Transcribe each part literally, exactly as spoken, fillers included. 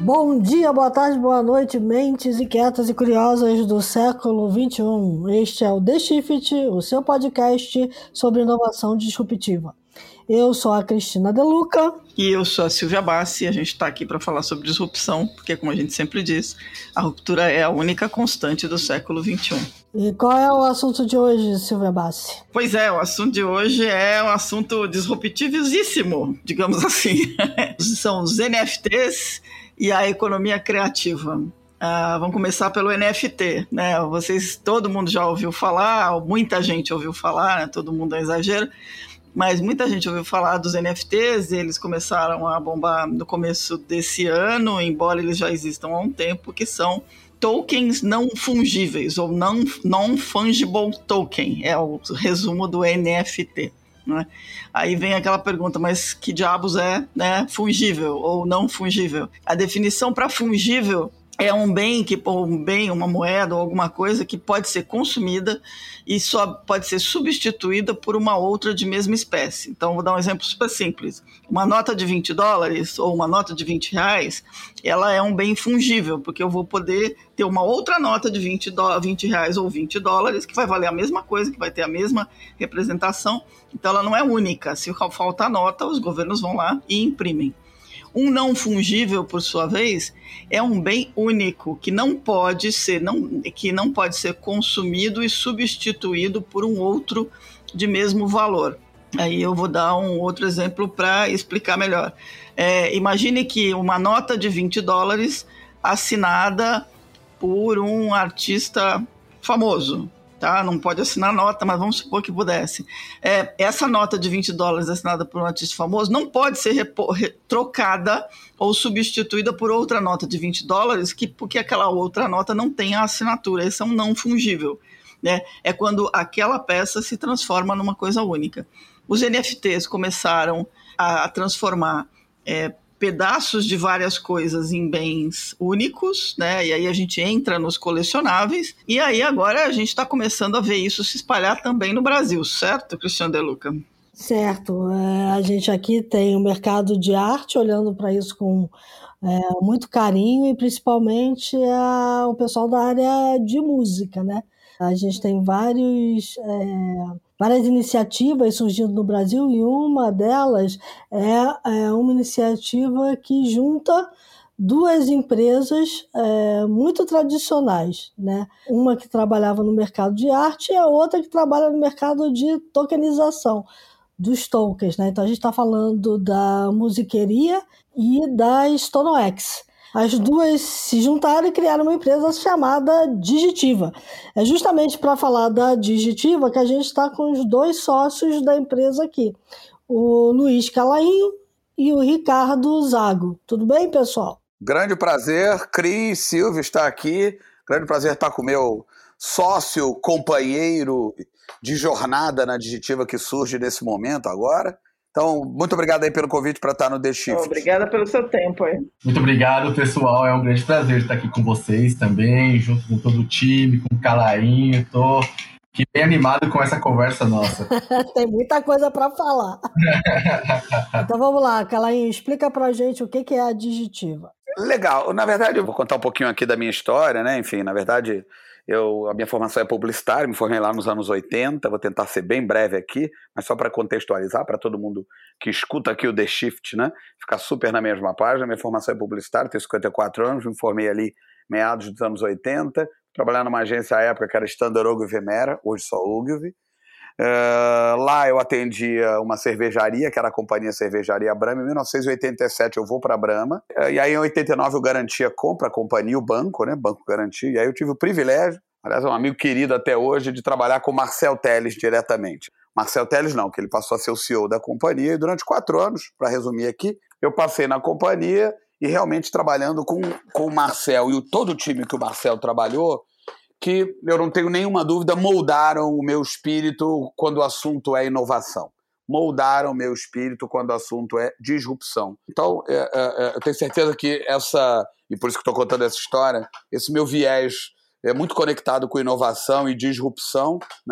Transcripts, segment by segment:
Bom dia, boa tarde, boa noite, mentes inquietas e curiosas do século vinte e um. Este é o The Shift, o seu podcast sobre inovação disruptiva. Eu sou a Cristina De Luca. E eu sou a Silvia Bassi, e a gente está aqui para falar sobre disrupção, porque, como a gente sempre diz, a ruptura é a única constante do século vinte e um. E qual é o assunto de hoje, Silvia Bassi? Pois é, o assunto de hoje é um assunto disruptivíssimo, digamos assim. São os N F Ts e a economia criativa. Uh, vamos começar pelo N F T, né? Vocês, todo mundo já ouviu falar, muita gente ouviu falar, né? Todo mundo é exagero, mas muita gente ouviu falar dos N F Ts. Eles começaram a bombar no começo desse ano, embora eles já existam há um tempo, que são tokens não fungíveis, ou non, non-fungible token, é o resumo do N F T. Né? Aí vem aquela pergunta, mas que diabos é, né, fungível ou não fungível? A definição para fungível é um bem, que, um bem, uma moeda ou alguma coisa que pode ser consumida e só pode ser substituída por uma outra de mesma espécie. Então, vou dar um exemplo super simples. Uma nota de vinte dólares ou uma nota de vinte reais, ela é um bem fungível, porque eu vou poder ter uma outra nota de vinte, vinte reais ou vinte dólares que vai valer a mesma coisa, que vai ter a mesma representação. Então, ela não é única. Se faltar nota, os governos vão lá e imprimem. Um não fungível, por sua vez, é um bem único que não pode ser, não, que não pode ser consumido e substituído por um outro de mesmo valor. Aí eu vou dar um outro exemplo para explicar melhor. É, imagine que uma nota de vinte dólares assinada por um artista famoso. Tá? Não pode assinar nota, mas vamos supor que pudesse. É, essa nota de vinte dólares assinada por um artista famoso não pode ser repo, re, trocada ou substituída por outra nota de vinte dólares, que, porque aquela outra nota não tem a assinatura. Esse é um não fungível. Né? É quando aquela peça se transforma numa coisa única. Os N F Ts começaram a, a transformar é, pedaços de várias coisas em bens únicos, né? E aí a gente entra nos colecionáveis, e aí agora a gente está começando a ver isso se espalhar também no Brasil, certo, Cristiano De Luca? Certo. É, a gente aqui tem o mercado de arte olhando para isso com é, muito carinho, e principalmente é, o pessoal da área de música, né? A gente tem vários, é, várias iniciativas surgindo no Brasil, e uma delas é, é uma iniciativa que junta duas empresas é, muito tradicionais, né? Uma que trabalhava no mercado de arte e a outra que trabalha no mercado de tokenização dos tokens, né? Então a gente está falando da Musiqueria e da StoneX. As duas se juntaram e criaram uma empresa chamada Digitiva. É justamente para falar da Digitiva que a gente está com os dois sócios da empresa aqui, o Luiz Calainho e o Ricardo Zago. Tudo bem, pessoal? Grande prazer, Cris, Silvio está aqui. Grande prazer estar com o meu sócio, companheiro de jornada na Digitiva que surge nesse momento agora. Então, muito obrigado aí pelo convite para estar no The Shift. Obrigada pelo seu tempo aí. Muito obrigado, pessoal. É um grande prazer estar aqui com vocês também, junto com todo o time, com o Calainho. Estou bem animado com essa conversa nossa. Tem muita coisa para falar. Então vamos lá, Calainho, explica para a gente o que é a Digitiva. Legal. Na verdade, eu vou contar um pouquinho aqui da minha história, né? Enfim, na verdade, eu, a minha formação é publicitária, me formei lá nos anos oitenta, vou tentar ser bem breve aqui, mas só para contextualizar, para todo mundo que escuta aqui o The Shift, né? Ficar super na mesma página. Minha formação é publicitária, tenho cinquenta e quatro anos, me formei ali meados dos anos oitenta, trabalhar numa agência à época que era Standard Ogilvy Mera, hoje só Ogilvy. Uh, lá eu atendia uma cervejaria, que era a companhia Cervejaria Brahma. Em mil novecentos e oitenta e sete eu vou para a Brahma, uh, e aí em oitenta e nove eu garantia compra a companhia, o banco, né, Banco Garantia, e aí eu tive o privilégio, aliás é um amigo querido até hoje, de trabalhar com o Marcel Telles diretamente. Marcel Telles não, que ele passou a ser o C E O da companhia, e durante quatro anos, para resumir aqui, eu passei na companhia e realmente trabalhando com, com o Marcel e o, todo o time que o Marcel trabalhou, que eu não tenho nenhuma dúvida, moldaram o meu espírito quando o assunto é inovação. Moldaram o meu espírito quando o assunto é disrupção. Então, é, é, eu tenho certeza que essa, e por isso que estou contando essa história, esse meu viés é muito conectado com inovação e disrupção, né?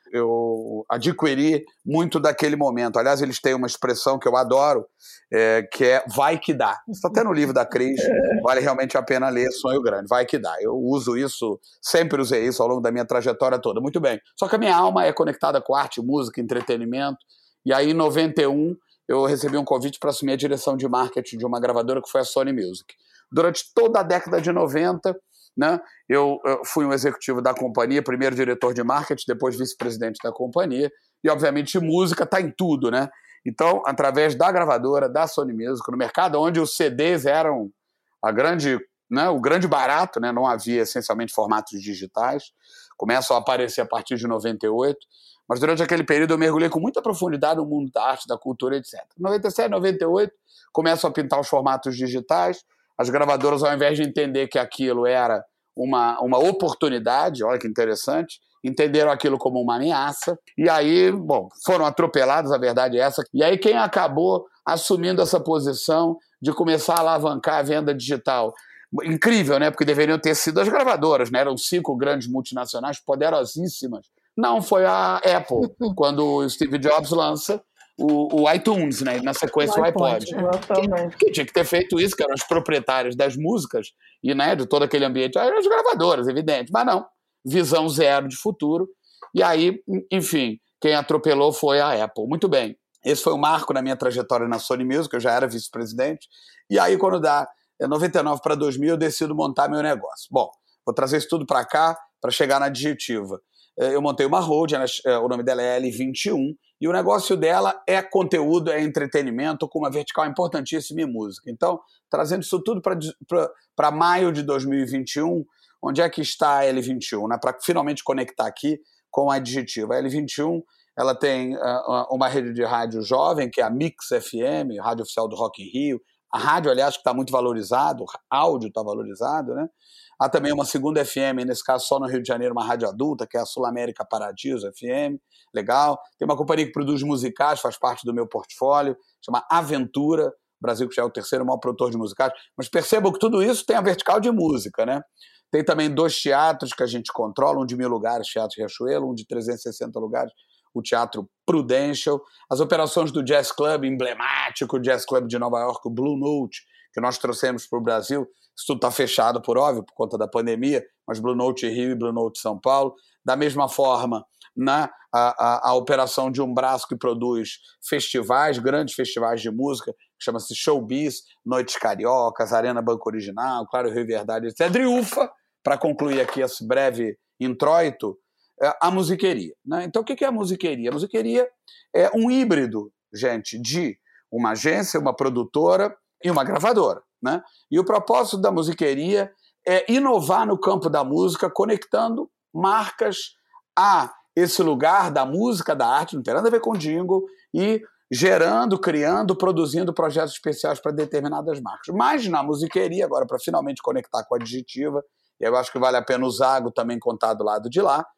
eu adquiri muito daquele momento. Aliás, eles têm uma expressão que eu adoro, é, que é vai que dá. Isso está até no livro da Cris, vale realmente a pena ler Sonho Grande, vai que dá. Eu uso isso, sempre usei isso ao longo da minha trajetória toda. Muito bem. Só que a minha alma é conectada com arte, música, entretenimento. E aí, em noventa e um, eu recebi um convite para assumir a direção de marketing de uma gravadora que foi a Sony Music. Durante toda a década de noventa, né, eu, eu fui um executivo da companhia, primeiro diretor de marketing, depois vice-presidente da companhia, e obviamente música está em tudo, né? Então, através da gravadora, da Sony Music, no mercado onde os C Ds eram a grande, né, o grande barato, né, não havia essencialmente formatos digitais, começam a aparecer a partir de noventa e oito, mas durante aquele período eu mergulhei com muita profundidade no mundo da arte, da cultura, etcétera. Em noventa e sete, noventa e oito, começam a pintar os formatos digitais. As gravadoras, ao invés de entender que aquilo era uma, uma oportunidade, olha que interessante, entenderam aquilo como uma ameaça. E aí, bom, foram atropeladas, a verdade é essa. E aí quem acabou assumindo essa posição de começar a alavancar a venda digital? Incrível, né? Porque deveriam ter sido as gravadoras, né? Eram cinco grandes multinacionais poderosíssimas. Não, foi a Apple, quando o Steve Jobs lança O, o iTunes, né? Na sequência o, o iPod. Quem, quem tinha que ter feito isso, que eram os proprietários das músicas e, né, de todo aquele ambiente, eram as gravadoras, evidente. Mas não, visão zero de futuro. E aí, enfim, quem atropelou foi a Apple. Muito bem. Esse foi um marco na minha trajetória na Sony Music, eu já era vice-presidente. E aí, quando dá noventa e nove para dois mil, eu decido montar meu negócio. Bom, vou trazer isso tudo para cá para chegar na Adjetiva. Eu montei uma holding, o nome dela é L vinte e um, e o negócio dela é conteúdo, é entretenimento, com uma vertical importantíssima em música. Então, trazendo isso tudo para maio de dois mil e vinte e um, onde é que está a L vinte e um? Né? Para finalmente conectar aqui com a Adjetiva. A L vinte e um ela tem uh, uma rede de rádio jovem, que é a Mix F M, rádio oficial do Rock in Rio. A rádio, aliás, que está muito valorizado, o áudio está valorizado, né? Há também uma segunda F M, nesse caso só no Rio de Janeiro, uma rádio adulta, que é a Sul América Paradiso F M, legal. Tem uma companhia que produz musicais, faz parte do meu portfólio, chama Aventura, Brasil que já é o terceiro maior produtor de musicais. Mas percebam que tudo isso tem a vertical de música, né? Tem também dois teatros que a gente controla, um de mil lugares, Teatro Riachuelo, um de trezentos e sessenta lugares, o Teatro Prudential. As operações do Jazz Club emblemático, o Jazz Club de Nova York, o Blue Note, que nós trouxemos para o Brasil. Isso tudo está fechado, por óbvio, por conta da pandemia, mas Blue Note Rio e Blue Note São Paulo. Da mesma forma, né, a, a, a operação de um braço que produz festivais, grandes festivais de música, que chama-se Showbiz, Noites Cariocas, Arena Banco Original, Claro Rio e Verdade, etcétera. E ufa, para concluir aqui esse breve introito, a musiqueria. Né? Então, o que é a musiqueria? A musiqueria é um híbrido, gente, de uma agência, uma produtora e uma gravadora. Né? E o propósito da musiqueria é inovar no campo da música, conectando marcas a esse lugar da música, da arte, não tem nada a ver com jingle, e gerando, criando, produzindo projetos especiais para determinadas marcas. Mas na musiqueria, agora para finalmente conectar com a Adjetiva, eu acho que vale a pena o Zago também contar do lado de lá,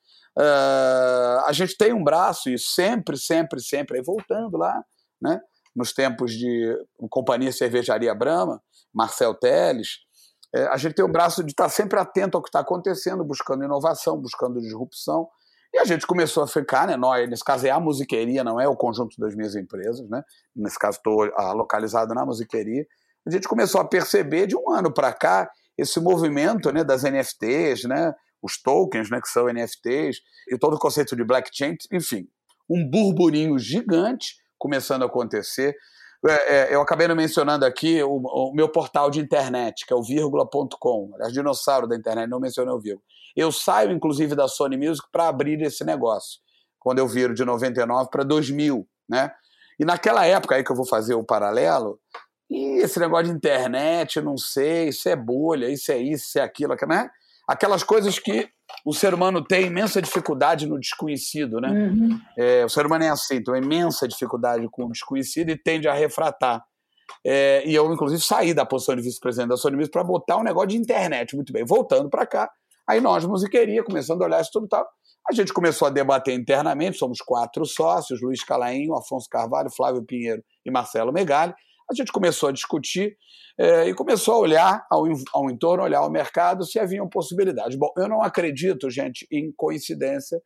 uh, a gente tem um braço, e sempre, sempre, sempre, aí voltando lá, né? Nos tempos de Companhia Cervejaria Brahma, Marcel Teles, é, a gente tem o braço de estar sempre atento ao que está acontecendo, buscando inovação, buscando disrupção, e a gente começou a ficar, né, nós, nesse caso é a musiqueria, não é o conjunto das minhas empresas, né, nesse caso estou localizado na musiqueria, a gente começou a perceber de um ano para cá esse movimento, né, das N F Ts, né, os tokens, né, que são N F Ts, e todo o conceito de blockchain, enfim, um burburinho gigante começando a acontecer. Eu acabei não mencionando aqui o, o meu portal de internet, que é o vírgula ponto com, aliás, dinossauro da internet, não mencionei o vírgula. Eu saio, inclusive, da Sony Music para abrir esse negócio, quando eu viro de noventa e nove para dois mil, né? E naquela época aí que eu vou fazer o paralelo, e esse negócio de internet, não sei, isso é bolha, isso é isso, isso é aquilo, né? Aquelas coisas que o ser humano tem imensa dificuldade no desconhecido, né? Uhum. É, o ser humano é assim, tem uma imensa dificuldade com o desconhecido e tende a refratar. É, e eu, inclusive, saí da posição de vice-presidente da Sony Music para botar um negócio de internet. Muito bem, voltando para cá, aí nós, musiqueria, começando a olhar isso tudo e tal, a gente começou a debater internamente, somos quatro sócios, Luiz Calainho, Afonso Carvalho, Flávio Pinheiro e Marcelo Megali. A gente começou a discutir é, e começou a olhar ao, ao entorno, olhar ao mercado, se haviam possibilidades. Bom, eu não acredito, gente, em coincidência,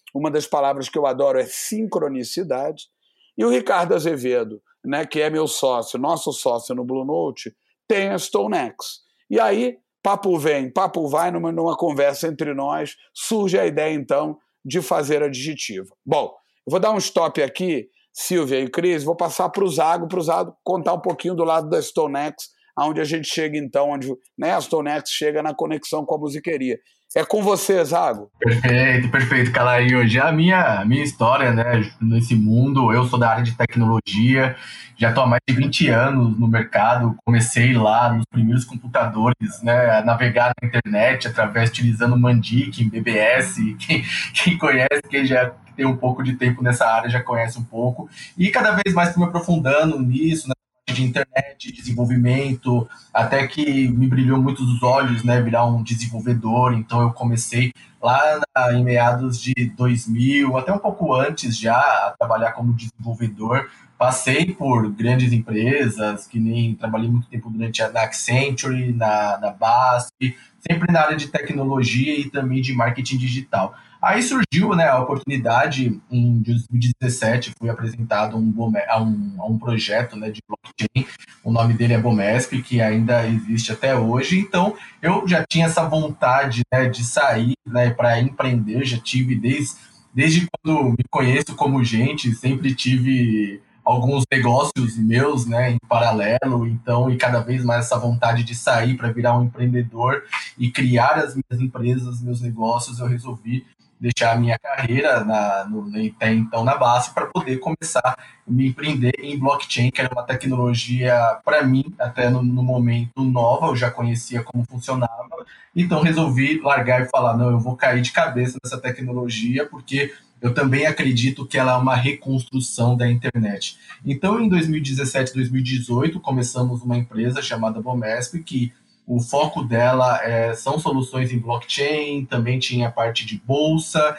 uma das palavras que eu adoro é sincronicidade, e o Ricardo Azevedo, né, que é meu sócio, nosso sócio no Blue Note, tem a StoneX. E aí, papo vem, papo vai, numa, numa conversa entre nós, surge a ideia, então, de fazer a Digitiva. Bom, eu vou dar um stop aqui, Silvia e Cris, vou passar para o Zago, para o Zago contar um pouquinho do lado da StoneX, onde a gente chega, então, onde, né, a StoneX chega na conexão com a musiqueria. É com você, Zago. Perfeito, perfeito, Calarinho. Já a minha, minha história, né, nesse mundo, eu sou da área de tecnologia, já estou há mais de vinte anos no mercado, comecei lá nos primeiros computadores, né, a navegar na internet, através, utilizando Mandic, B B S, quem, quem conhece, quem já tem um pouco de tempo nessa área já conhece um pouco, e cada vez mais estou me aprofundando nisso, né, de internet, desenvolvimento, até que me brilhou muito os olhos, né, virar um desenvolvedor. Então eu comecei lá na, em meados de dois mil, até um pouco antes já, a trabalhar como desenvolvedor. Passei por grandes empresas, que nem trabalhei muito tempo durante a na Accenture, na, na B A S F, sempre na área de tecnologia e também de marketing digital. Aí surgiu, né, a oportunidade, em dois mil e dezessete, fui apresentado um, a, um, a um projeto, né, de blockchain, o nome dele é Bomesp, que ainda existe até hoje. Então eu já tinha essa vontade, né, de sair, né, para empreender, já tive desde, desde quando me conheço como gente, sempre tive alguns negócios meus, né, em paralelo, então, e cada vez mais essa vontade de sair para virar um empreendedor e criar as minhas empresas, meus negócios, eu resolvi deixar a minha carreira na, no, até então na base para poder começar a me empreender em blockchain, que era uma tecnologia, para mim, até no, no momento nova, eu já conhecia como funcionava, então resolvi largar e falar, não, eu vou cair de cabeça nessa tecnologia, porque eu também acredito que ela é uma reconstrução da internet. Então, em dois mil e dezessete, dois mil e dezoito, começamos uma empresa chamada Bomesp, que o foco dela é, são soluções em blockchain, também tinha a parte de bolsa,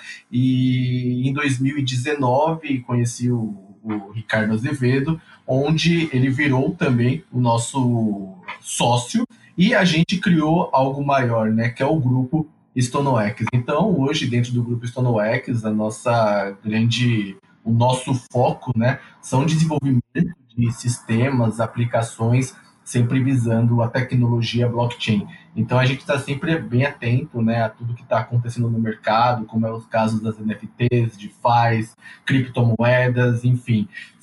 e em dois mil e dezenove conheci o, o Ricardo Azevedo, onde ele virou também o nosso sócio, e a gente criou algo maior, né, que é o grupo StoneX. Então, hoje, dentro do grupo StoneX, a nossa grande, o nosso foco, né, são desenvolvimento de sistemas, aplicações, sempre visando a tecnologia blockchain. Então a gente está sempre bem atento, né, a tudo que está acontecendo no mercado, como é os casos das N F Ts, DeFi, criptomoedas, enfim.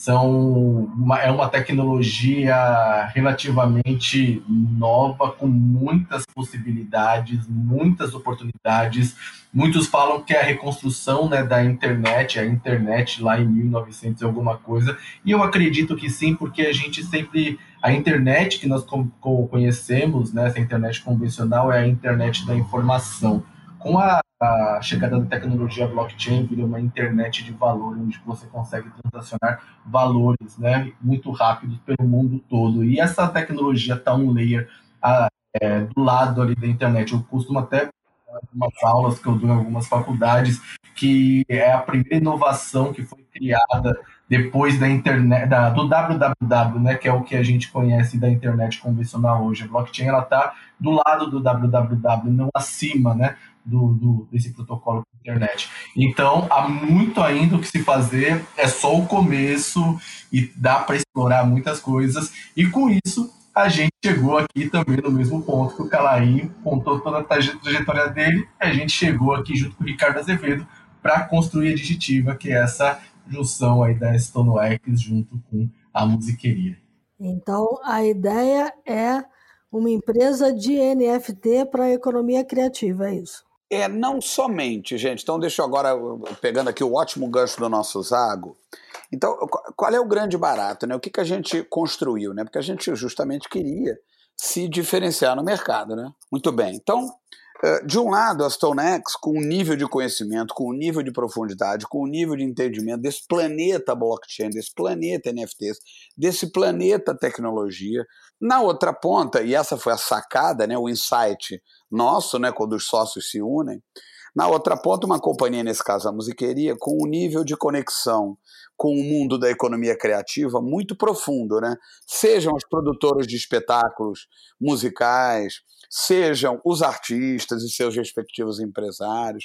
São uma, é uma tecnologia relativamente nova, com muitas possibilidades, muitas oportunidades. Muitos falam que é a reconstrução, né, da internet, a internet lá em mil e novecentos e alguma coisa, e eu acredito que sim, porque a gente sempre... A internet que nós conhecemos, né, essa internet convencional, é a internet da informação. Com a, a chegada da tecnologia blockchain, vira uma internet de valor, onde você consegue transacionar valores, né, muito rápidos pelo mundo todo. E essa tecnologia está um layer a, é, do lado ali da internet. Eu costumo até algumas aulas que eu dou em algumas faculdades, que é a primeira inovação que foi criada depois da internet, da, do W W W, né, que é o que a gente conhece da internet convencional hoje. A blockchain ela está do lado do W W W, não acima, né, do, do, desse protocolo da internet. Então, há muito ainda o que se fazer, é só o começo e dá para explorar muitas coisas. E com isso, a gente chegou aqui também no mesmo ponto que o Calarinho contou toda a trajetória dele, e a gente chegou aqui junto com o Ricardo Azevedo para construir a Digitiva, que é essa junção aí da StoneX junto com a musiqueria. Então, a ideia é uma empresa de N F T para a economia criativa, é isso? É, não somente, gente. Então, deixa eu agora, pegando aqui o ótimo gancho do nosso Zago. Então, qual é o grande barato, né? O que, que a gente construiu, né? Porque a gente justamente queria se diferenciar no mercado, né? Muito bem. Então, de um lado, a StoneX, com o nível de conhecimento, com o nível de profundidade, com o nível de entendimento desse planeta blockchain, desse planeta N F Ts, desse planeta tecnologia. Na outra ponta, e essa foi a sacada, né, o insight nosso, né, quando os sócios se unem, na outra ponta, uma companhia, nesse caso a musiqueria, com um nível de conexão com o mundo da economia criativa muito profundo, né? Sejam os produtores de espetáculos musicais, sejam os artistas e seus respectivos empresários.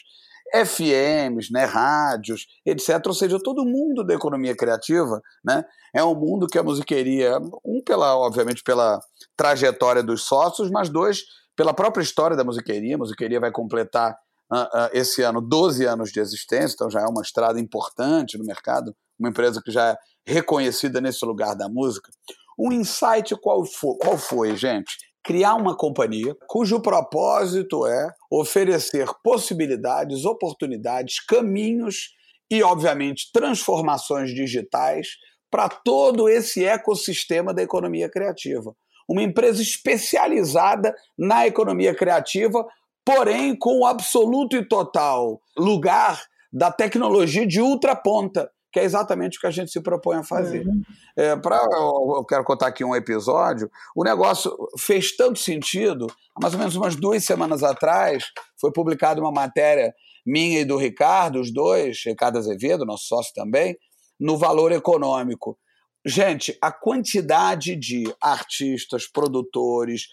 F Ms, né, rádios, etcétera. Ou seja, todo mundo da economia criativa, né, é um mundo que a musiqueria, um, pela, obviamente, pela trajetória dos sócios, mas dois, pela própria história da musiqueria. A musiqueria vai completar uh, uh, esse ano doze anos de existência, então já é uma estrada importante no mercado, uma empresa que já é reconhecida nesse lugar da música. Um insight qual foi, qual foi, gente? Criar uma companhia cujo propósito é oferecer possibilidades, oportunidades, caminhos e, obviamente, transformações digitais para todo esse ecossistema da economia criativa. Uma empresa especializada na economia criativa, porém com o absoluto e total lugar da tecnologia de ultraponta, que é exatamente o que a gente se propõe a fazer. Uhum. É, pra, eu quero contar aqui um episódio. O negócio fez tanto sentido, há mais ou menos umas duas semanas atrás, foi publicada uma matéria minha e do Ricardo, os dois, Ricardo Azevedo, nosso sócio também, no Valor Econômico. Gente, a quantidade de artistas, produtores,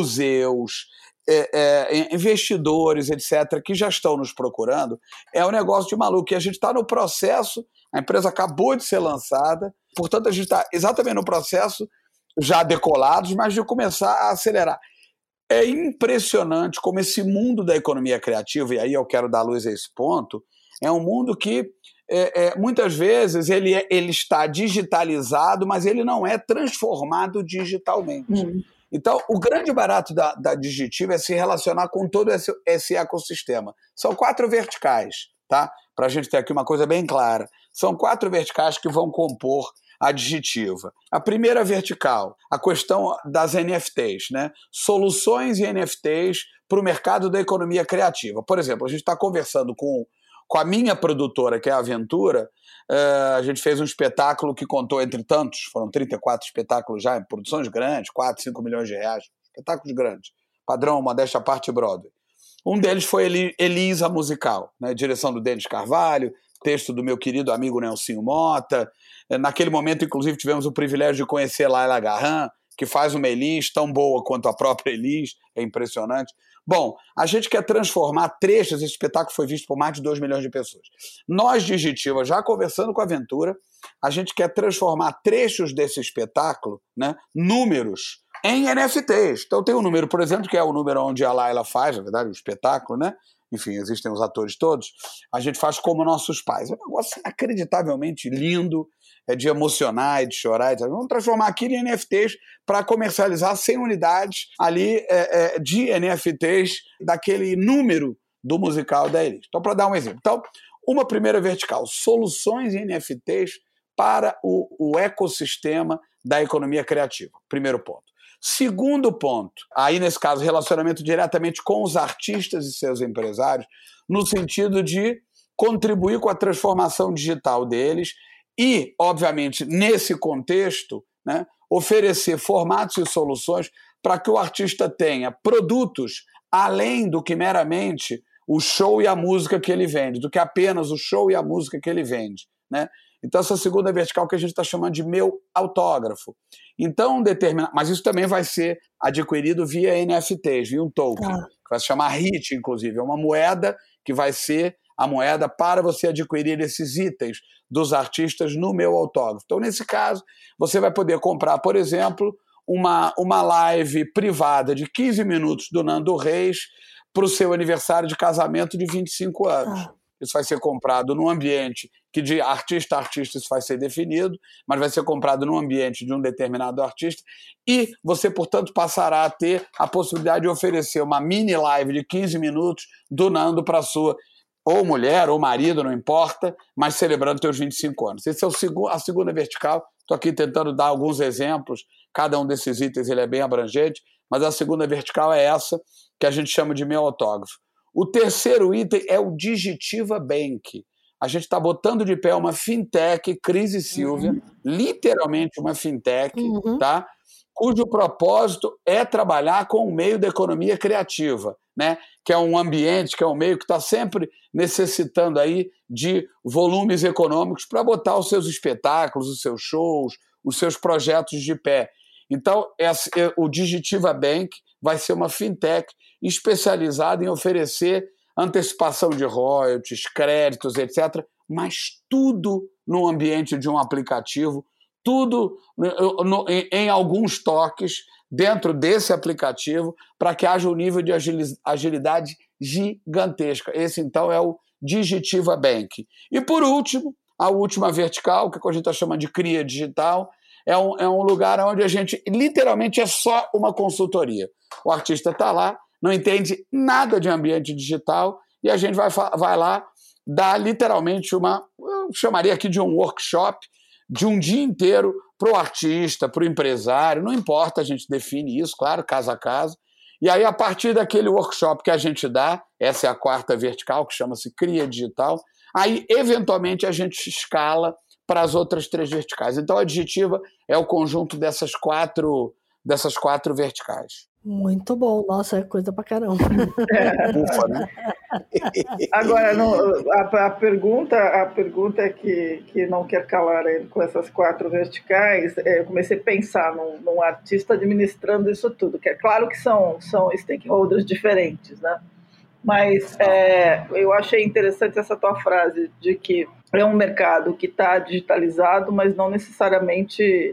museus, É, é, investidores, etcétera, que já estão nos procurando, é um negócio de maluco. E a gente está no processo, a empresa acabou de ser lançada, portanto, a gente está exatamente no processo, já decolados, mas de começar a acelerar. É impressionante como esse mundo da economia criativa, e aí eu quero dar luz a esse ponto, é um mundo que é, é, muitas vezes ele, é, ele está digitalizado, mas ele não é transformado digitalmente. Hum. Então, o grande barato da, da Digitiva é se relacionar com todo esse, esse ecossistema. São quatro verticais, tá? Para a gente ter aqui uma coisa bem clara. São quatro verticais que vão compor a Digitiva. A primeira vertical, a questão das N F Ts, né? Soluções e N F Ts para o mercado da economia criativa. Por exemplo, a gente está conversando com, com a minha produtora, que é a Aventura. Uh, a gente fez um espetáculo que contou, entre tantos, foram trinta e quatro espetáculos já, em produções grandes, quatro, cinco milhões de reais, espetáculos grandes, padrão, modéstia à parte, Broadway. Um deles foi Eli, Elisa Musical, né, direção do Denis Carvalho, texto do meu querido amigo Nelsinho Mota. Naquele momento, inclusive, tivemos o privilégio de conhecer Laila Garran, que faz uma Elis tão boa quanto a própria Elis, é impressionante. Bom, a gente quer transformar trechos, esse espetáculo foi visto por mais de dois milhões de pessoas. Nós, Digitiva, já conversando com a Aventura, a gente quer transformar trechos desse espetáculo, né, números, em N F Ts. Então tem um número, por exemplo, que é o número onde a Laila faz, na verdade, o espetáculo, né? Enfim, existem os atores todos. A gente faz Como Nossos Pais. É um negócio inacreditavelmente lindo, é de emocionar, é de chorar. Etcétera. Vamos transformar aquilo em N F Ts para comercializar cem unidades ali é, é, de N F Ts daquele número do musical da Elis. Então, para dar um exemplo. Então, uma primeira vertical, soluções em N F Ts para o, o ecossistema da economia criativa. Primeiro ponto. Segundo ponto, aí nesse caso, relacionamento diretamente com os artistas e seus empresários, no sentido de contribuir com a transformação digital deles e, obviamente, nesse contexto, né, oferecer formatos e soluções para que o artista tenha produtos além do que meramente o show e a música que ele vende, do que apenas o show e a música que ele vende, né? Então, essa segunda vertical que a gente está chamando de meu autógrafo. Então, determina... Mas isso também vai ser adquirido via N F Ts, via um token, ah. que vai se chamar H I T, inclusive. É uma moeda que vai ser a moeda para você adquirir esses itens dos artistas no meu autógrafo. Então, nesse caso, você vai poder comprar, por exemplo, uma, uma live privada de quinze minutos do Nando Reis para o seu aniversário de casamento de vinte e cinco anos. Ah. Isso vai ser comprado num ambiente que de artista a artista isso vai ser definido, mas vai ser comprado num ambiente de um determinado artista e você, portanto, passará a ter a possibilidade de oferecer uma mini live de quinze minutos do Nando para a sua ou mulher ou marido, não importa, mas celebrando seus vinte e cinco anos. Essa é o seg- a segunda vertical. Estou aqui tentando dar alguns exemplos, cada um desses itens ele é bem abrangente, mas a segunda vertical é essa que a gente chama de meu autógrafo. O terceiro item é o Digitiva Bank. A gente está botando de pé uma fintech, Cris e Silvia, uhum. literalmente uma fintech, uhum. tá? Cujo propósito é trabalhar com o meio da economia criativa, né? Que é um ambiente, que é um meio que está sempre necessitando aí de volumes econômicos para botar os seus espetáculos, os seus shows, os seus projetos de pé. Então, essa, o Digitiva Bank vai ser uma fintech especializada em oferecer antecipação de royalties, créditos, etcétera, mas tudo no ambiente de um aplicativo, tudo no, no, em, em alguns toques dentro desse aplicativo, para que haja um nível de agilidade gigantesca. Esse, então, é o Digitiva Bank. E, por último, a última vertical, que a gente está chamando de Cria Digital, é um, é um lugar onde a gente, literalmente, é só uma consultoria. O artista está lá, não entende nada de ambiente digital, e a gente vai, vai lá dar, literalmente, uma, eu chamaria aqui de um workshop, de um dia inteiro para o artista, para o empresário, não importa, a gente define isso, claro, caso a caso. E aí, a partir daquele workshop que a gente dá, essa é a quarta vertical, que chama-se Cria Digital, aí, eventualmente, a gente escala para as outras três verticais. Então, a Digitiva é o conjunto dessas quatro, dessas quatro verticais. Muito bom, nossa, é coisa pra caramba. É. Ufa, né? Agora, não, a, a, pergunta, a pergunta que, que não quer calar com essas quatro verticais, é, eu comecei a pensar num, num artista administrando isso tudo, que é claro que são, são stakeholders diferentes, né? Mas é, eu achei interessante essa tua frase de que é um mercado que está digitalizado, mas não necessariamente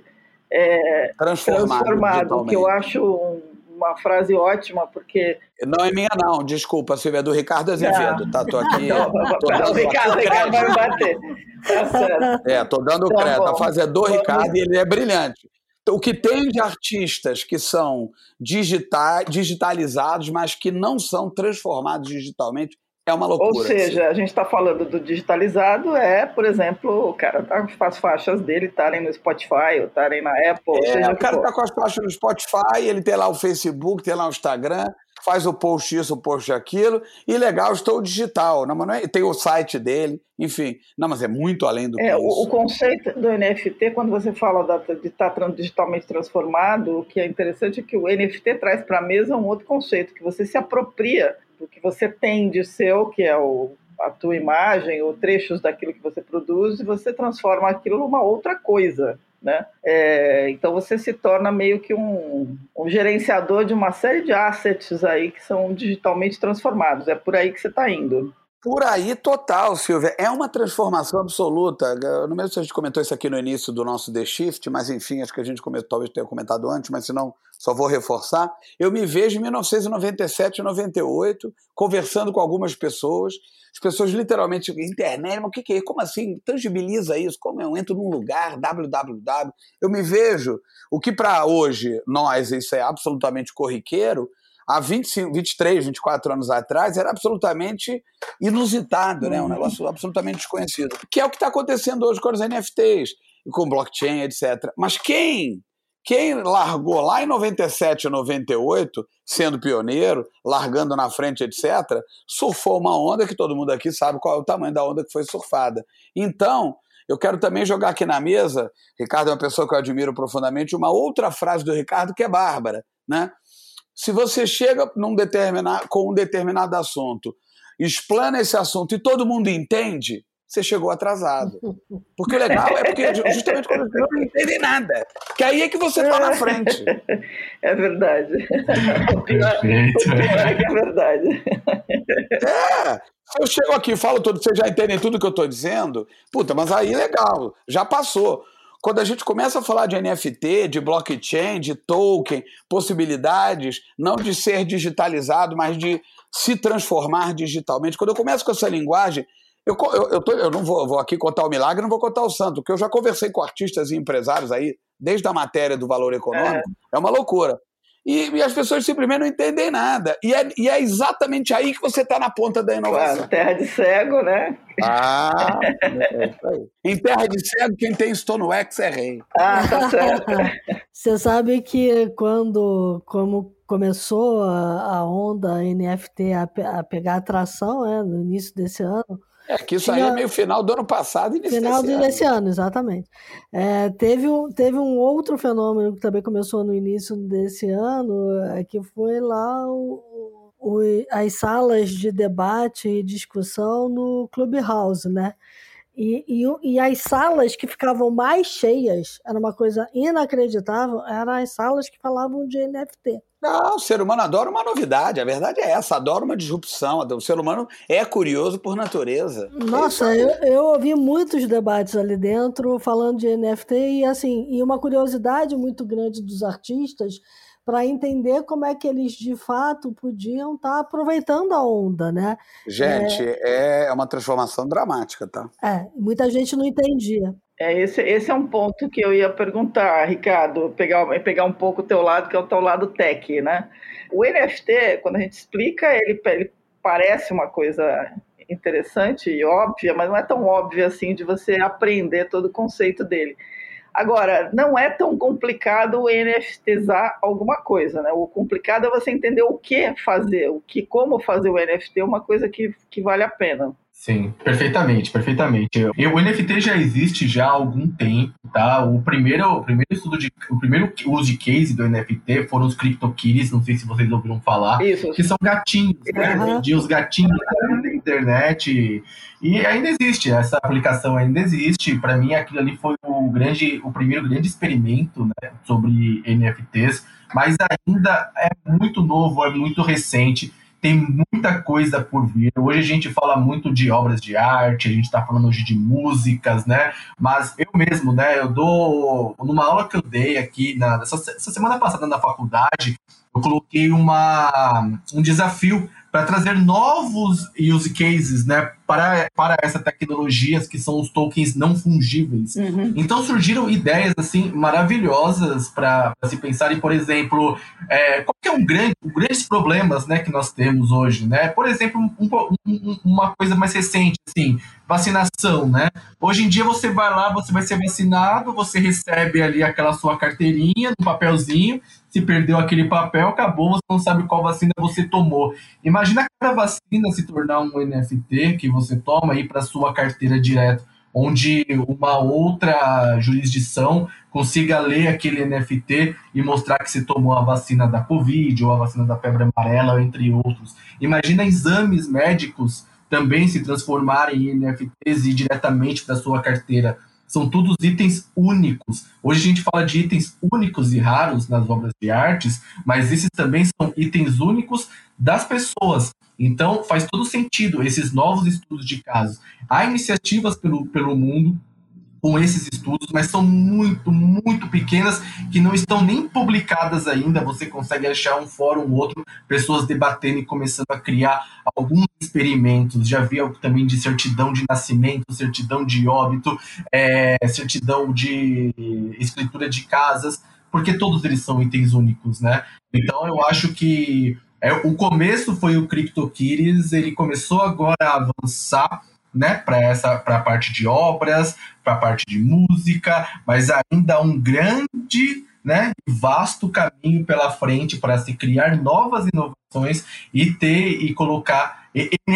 é, transformado, transformado que eu acho um, uma frase ótima, porque... Não é minha não, desculpa, Silvia, é do Ricardo Azevedo, tá? Tô aqui... Então, tô dando o Ricardo, Ricardo vai me bater. Tá certo. É, tô dando Então, crédito, bom, a frase é do vamos... Ricardo e ele é brilhante. O que tem de artistas que são digita- digitalizados, mas que não são transformados digitalmente, é uma loucura. Ou seja, assim. A gente está falando do digitalizado, é, por exemplo, o cara tá com as faixas dele estarem no Spotify ou estarem na Apple. É, seja o cara está com as faixas no Spotify, ele tem lá o Facebook, tem lá o Instagram, faz o post isso, o post aquilo, e legal, estou digital. Não, mas não é, tem o site dele, enfim. Não, mas é muito além do que é, isso. O, o conceito do N F T, quando você fala da, de estar tá digitalmente transformado, o que é interessante é que o N F T traz para a mesa um outro conceito, que você se apropria do que você tem de seu, que é o, a tua imagem, ou trechos daquilo que você produz, e você transforma aquilo numa outra coisa. Né? É, então você se torna meio que um, um gerenciador de uma série de assets aí que são digitalmente transformados. É por aí que você está indo. Por aí total, Silvia. É uma transformação absoluta. Eu não sei se a gente comentou isso aqui no início do nosso The Shift, mas enfim, acho que a gente comentou, talvez tenha comentado antes, mas se não, só vou reforçar. Eu me vejo em mil novecentos e noventa e sete, noventa e oito, conversando com algumas pessoas, as pessoas literalmente, internet, mas o que, que é? Como assim? Tangibiliza isso? Como eu entro num lugar, www. Eu me vejo, o que para hoje nós, isso é absolutamente corriqueiro, há vinte e cinco, vinte e três, vinte e quatro anos atrás, era absolutamente inusitado, né? Um negócio absolutamente desconhecido. Que é o que está acontecendo hoje com os N F Ts, com blockchain, etcétera. Mas quem, quem largou lá em noventa e sete, noventa e oito, sendo pioneiro, largando na frente, etcétera, surfou uma onda que todo mundo aqui sabe qual é o tamanho da onda que foi surfada. Então, eu quero também jogar aqui na mesa, Ricardo é uma pessoa que eu admiro profundamente, uma outra frase do Ricardo que é bárbara, né? Se você chega num determinado, com um determinado assunto, explana esse assunto e todo mundo entende, você chegou atrasado. Porque o legal é porque justamente quando as pessoas não entendem nada, que aí é que você está na frente. É verdade. O pior, o pior é que é verdade. É, se eu chego aqui e falo tudo, vocês já entendem tudo que eu estou dizendo, puta, mas aí legal, já passou. Quando a gente começa a falar de N F T, de blockchain, de token, possibilidades, não de ser digitalizado, mas de se transformar digitalmente, quando eu começo com essa linguagem, eu, eu, eu, tô, eu não vou, vou aqui contar o milagre, não vou contar o santo, porque eu já conversei com artistas e empresários aí, desde a matéria do valor econômico, é, é uma loucura. E, e as pessoas simplesmente não entendem nada. E é, e é exatamente aí que você está na ponta da inovação. Claro, terra de cego, né? Ah, é isso aí. Em terra de cego, quem tem StoneX é rei. Ah, tá certo. Você sabe que quando como começou a, a onda N F T a, a pegar atração, né, no início desse ano... É, que isso tinha... aí é meio final do ano passado e início Final desse desse ano. ano, exatamente. É, teve, um, teve um outro fenômeno que também começou no início desse ano, é, que foi lá o, o, as salas de debate e discussão no Clubhouse, né? E, e, e as salas que ficavam mais cheias, era uma coisa inacreditável, eram as salas que falavam de N F T. Não, o ser humano adora uma novidade, a verdade é essa, adora uma disrupção, o ser humano é curioso por natureza. Nossa, eu, eu ouvi muitos debates ali dentro falando de N F T e, assim, e uma curiosidade muito grande dos artistas para entender como é que eles, de fato, podiam estar aproveitando a onda, né? Gente, é, é uma transformação dramática, tá? É, muita gente não entendia. É, esse, esse é um ponto que eu ia perguntar, Ricardo, pegar, pegar um pouco o teu lado, que é o teu lado tech, né? O N F T, quando a gente explica, ele, ele parece uma coisa interessante e óbvia, mas não é tão óbvia assim de você aprender todo o conceito dele. Agora, não é tão complicado NFTizar alguma coisa, né? O complicado é você entender o que fazer, o que, como fazer o N F T é uma coisa que, que vale a pena. Sim, perfeitamente, perfeitamente. E o N F T já existe já há algum tempo, tá? O primeiro, o primeiro estudo de, o primeiro uso de case do N F T foram os CryptoKitties, não sei se vocês ouviram falar, Isso. Que são gatinhos, né? Uhum. De os gatinhos da internet. E ainda existe, essa aplicação ainda existe. Para mim, aquilo ali foi o grande, o primeiro grande experimento, né, sobre N F Ts, mas ainda é muito novo, é muito recente. Tem muita coisa por vir. Hoje a gente fala muito de obras de arte, a gente está falando hoje de músicas, né? Mas eu mesmo, né? Eu dou... Numa aula que eu dei aqui, na, essa, essa semana passada na faculdade, eu coloquei uma, um desafio para trazer novos use cases, né, para, para essa tecnologia que são os tokens não fungíveis. Uhum. Então surgiram ideias assim maravilhosas para se pensar em, por exemplo, é, qual que é um grande, um grandes problemas, né, que nós temos hoje, né? Por exemplo, um, um, uma coisa mais recente, assim, vacinação, né? Hoje em dia você vai lá, você vai ser vacinado, você recebe ali aquela sua carteirinha, um papelzinho. Se perdeu aquele papel, acabou, você não sabe qual vacina você tomou. Imagina cada vacina se tornar um N F T que você toma aí para sua carteira direto, onde uma outra jurisdição consiga ler aquele N F T e mostrar que você tomou a vacina da Covid ou a vacina da febre amarela, entre outros. Imagina exames médicos também se transformarem em N F Ts e ir diretamente para sua carteira. São todos itens únicos. Hoje a gente fala de itens únicos e raros nas obras de artes, mas esses também são itens únicos das pessoas. Então faz todo sentido esses novos estudos de casos. Há iniciativas pelo, pelo mundo com esses estudos, mas são muito, muito pequenas, que não estão nem publicadas ainda. Você consegue achar um fórum ou outro, pessoas debatendo e começando a criar alguns experimentos. Já vi algo também de certidão de nascimento, certidão de óbito, é, certidão de escritura de casas, porque todos eles são itens únicos, né? Então eu acho que é, o começo foi o CryptoKitties, ele começou agora a avançar, né, para essa, para a parte de obras, para a parte de música, mas ainda há um grande, né, vasto caminho pela frente para se criar novas inovações e ter e colocar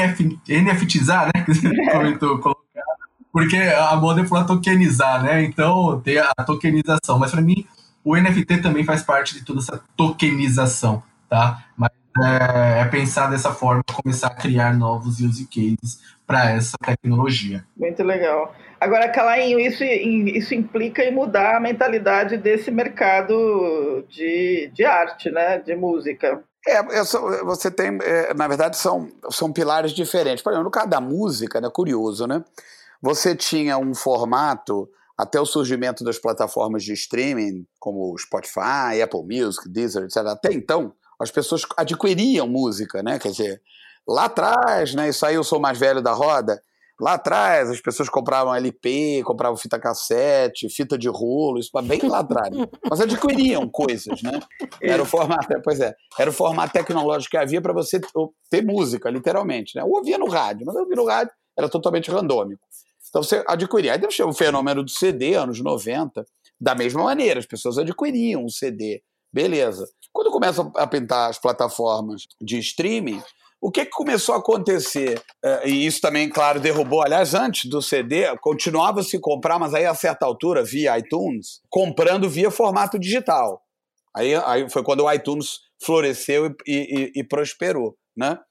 NFTizar, né, que você comentou, colocar, porque a moda é para tokenizar, né, então ter a tokenização, mas para mim o N F T também faz parte de toda essa tokenização, tá? Mas é, é pensar dessa forma, começar a criar novos use cases para essa tecnologia. Muito legal. Agora, Calainho, isso, isso implica em mudar a mentalidade desse mercado de, de arte, né? De música. É, você tem, é, na verdade, são, são pilares diferentes. Por exemplo, no caso da música, né, curioso, né? Você tinha um formato, até o surgimento das plataformas de streaming, como Spotify, Apple Music, Deezer, etcétera. Até então, as pessoas adquiriam música, né? Quer dizer, lá atrás, né? Isso aí eu sou mais velho da roda. Lá atrás, as pessoas compravam L P, compravam fita cassete, fita de rolo, isso bem lá atrás. Mas adquiriam coisas, né? Era o formato, pois é, era o formato tecnológico que havia para você ter música, literalmente, né? Ou ouvia no rádio, mas ouvia no rádio era totalmente randômico. Então você adquiria. Aí deve ser o fenômeno do C D, anos noventa, da mesma maneira, as pessoas adquiriam um C D, beleza. Quando começam a pintar as plataformas de streaming, o que, que começou a acontecer? E isso também, claro, derrubou. Aliás, antes do C D, continuava a se comprar, mas aí a certa altura, via iTunes, comprando via formato digital. Aí, aí foi quando o iTunes floresceu e, e, e prosperou, né?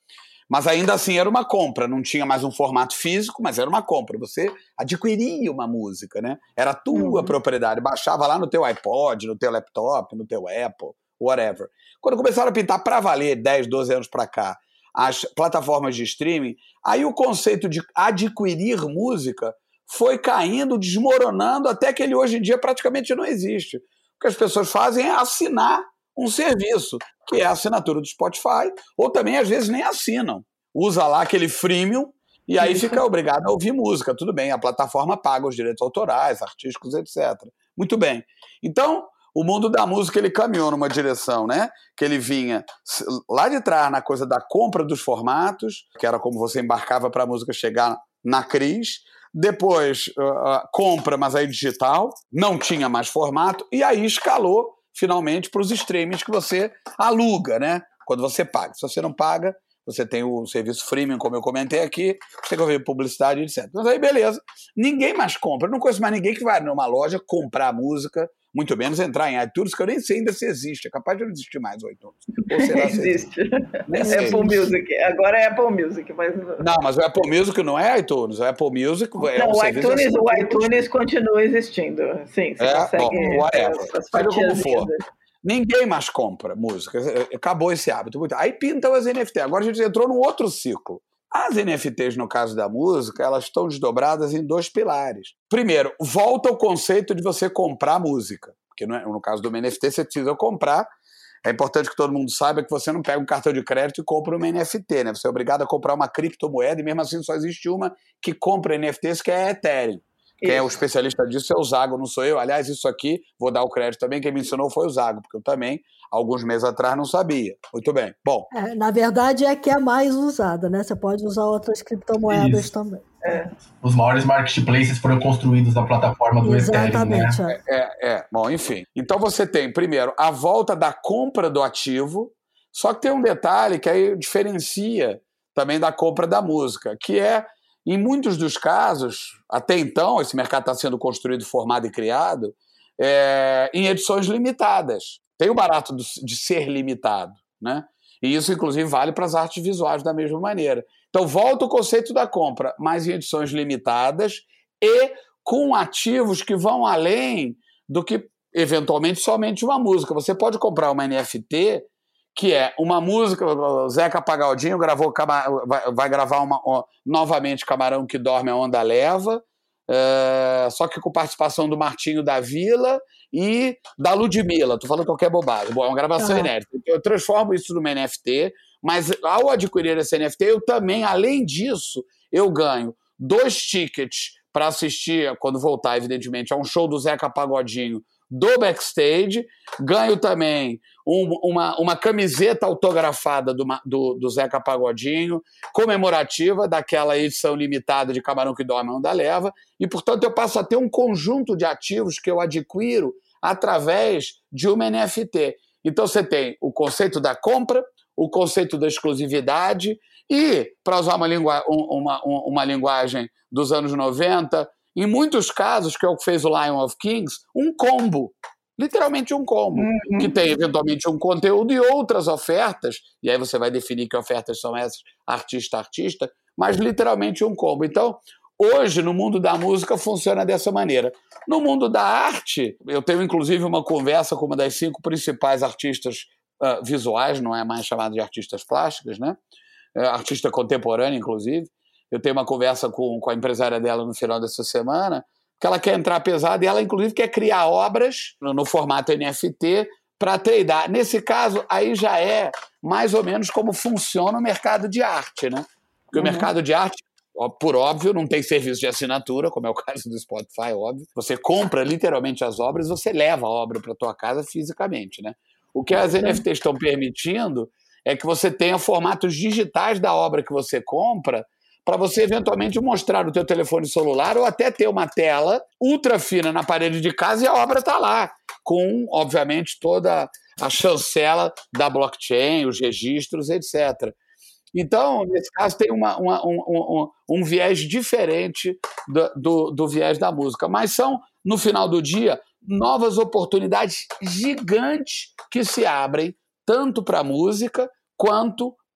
Mas ainda assim era uma compra, não tinha mais um formato físico, mas era uma compra. Você adquiria uma música, né? Era tua uhum. propriedade, baixava lá no teu iPod, no teu laptop, no teu Apple, whatever. Quando começaram a pintar para valer, dez, doze anos para cá, as plataformas de streaming, aí o conceito de adquirir música foi caindo, desmoronando, até que ele hoje em dia praticamente não existe. O que as pessoas fazem é assinar um serviço, que é a assinatura do Spotify, ou também às vezes nem assinam. Usa lá aquele freemium e aí fica obrigado a ouvir música. Tudo bem, a plataforma paga os direitos autorais, artísticos, etcétera. Muito bem. Então, o mundo da música ele caminhou numa direção, né? Que ele vinha lá de trás na coisa da compra dos formatos, que era como você embarcava para a música chegar na Cris. Depois, uh, compra, mas aí digital, não tinha mais formato, e aí escalou finalmente para os streamings que você aluga, né? Quando você paga. Se você não paga, você tem o serviço freemium, como eu comentei aqui, você vai ver publicidade, etcétera. Mas aí, beleza. Ninguém mais compra. Eu não conheço mais ninguém que vai numa loja comprar música, muito menos entrar em iTunes, que eu nem sei ainda se existe. É capaz de não existir mais o iTunes. Ou será existe. existe. Apple Music. Agora é Apple Music. Mas... Não, mas o Apple Music não é iTunes. O Apple Music é não, um o iTunes, assim, o iTunes continua existindo. Sim, você é, consegue... Bom, whatever. Seja como for. Ninguém mais compra música. Acabou esse hábito. Aí pintam as N F T. Agora a gente entrou num outro ciclo. As N F Ts, no caso da música, elas estão desdobradas em dois pilares. Primeiro, volta o conceito de você comprar música. Porque no caso do N F T, você precisa comprar. É importante que todo mundo saiba que você não pega um cartão de crédito e compra uma N F T, né? Você é obrigado a comprar uma criptomoeda e mesmo assim só existe uma que compra N F Ts, que é a Ethereum. Quem é o especialista disso é o Zago, não sou eu. Aliás, isso aqui, vou dar o crédito também, quem me ensinou foi o Zago, porque eu também, alguns meses atrás, não sabia. Muito bem. Bom. É, na verdade, é a que é mais usada, né? Você pode usar outras criptomoedas isso. também. É. Os maiores marketplaces foram construídos na plataforma do Exatamente, Ethereum, né? É. É, é. Bom, enfim. Então você tem, primeiro, a volta da compra do ativo, só que tem um detalhe que aí diferencia também da compra da música, que é, em muitos dos casos, até então, esse mercado está sendo construído, formado e criado, é, em edições limitadas. Tem o barato de ser limitado, né? E isso, inclusive, vale para as artes visuais da mesma maneira. Então, volta o conceito da compra, mas em edições limitadas e com ativos que vão além do que, eventualmente, somente uma música. Você pode comprar uma N F T, que é uma música, o Zeca Pagodinho gravou, vai, vai gravar uma, ó, novamente Camarão que Dorme, a Onda Leva, é, só que com participação do Martinho da Vila e da Ludmilla. Estou falando qualquer bobagem. Bom, é uma gravação ah. inédita. Eu transformo isso numa N F T, mas ao adquirir essa N F T, eu também, além disso, eu ganho dois tickets para assistir, quando voltar, evidentemente, a um show do Zeca Pagodinho do backstage, ganho também um, uma, uma camiseta autografada do, do, do Zeca Pagodinho, comemorativa daquela edição limitada de Camarão que Dorme, a Onda Leva, e, portanto, eu passo a ter um conjunto de ativos que eu adquiro através de uma N F T. Então, você tem o conceito da compra, o conceito da exclusividade e, para usar uma, lingua, uma, uma linguagem dos anos noventa, em muitos casos, que é o que fez o Lion of Kings, um combo, literalmente um combo, uhum. que tem eventualmente um conteúdo e outras ofertas, e aí você vai definir que ofertas são essas, artista a artista, mas literalmente um combo. Então, hoje, no mundo da música, funciona dessa maneira. No mundo da arte, eu tenho inclusive uma conversa com uma das cinco principais artistas uh, visuais, não é mais chamada de artistas plásticas, né? É, artista contemporânea, inclusive. Eu tenho uma conversa com, com a empresária dela no final dessa semana, que ela quer entrar pesado e ela, inclusive, quer criar obras no, no formato N F T para tradar. Nesse caso, aí já é mais ou menos como funciona o mercado de arte, né? Porque uhum. o mercado de arte, por óbvio, não tem serviço de assinatura, como é o caso do Spotify, óbvio. Você compra literalmente as obras e você leva a obra para a tua casa fisicamente, né? O que as N F Ts estão permitindo é que você tenha formatos digitais da obra que você compra para você eventualmente mostrar no teu telefone celular ou até ter uma tela ultra fina na parede de casa e a obra está lá, com, obviamente, toda a chancela da blockchain, os registros, etcétera. Então, nesse caso, tem uma, uma, um, um, um viés diferente do, do, do viés da música, mas são, no final do dia, novas oportunidades gigantes que se abrem tanto para a música quanto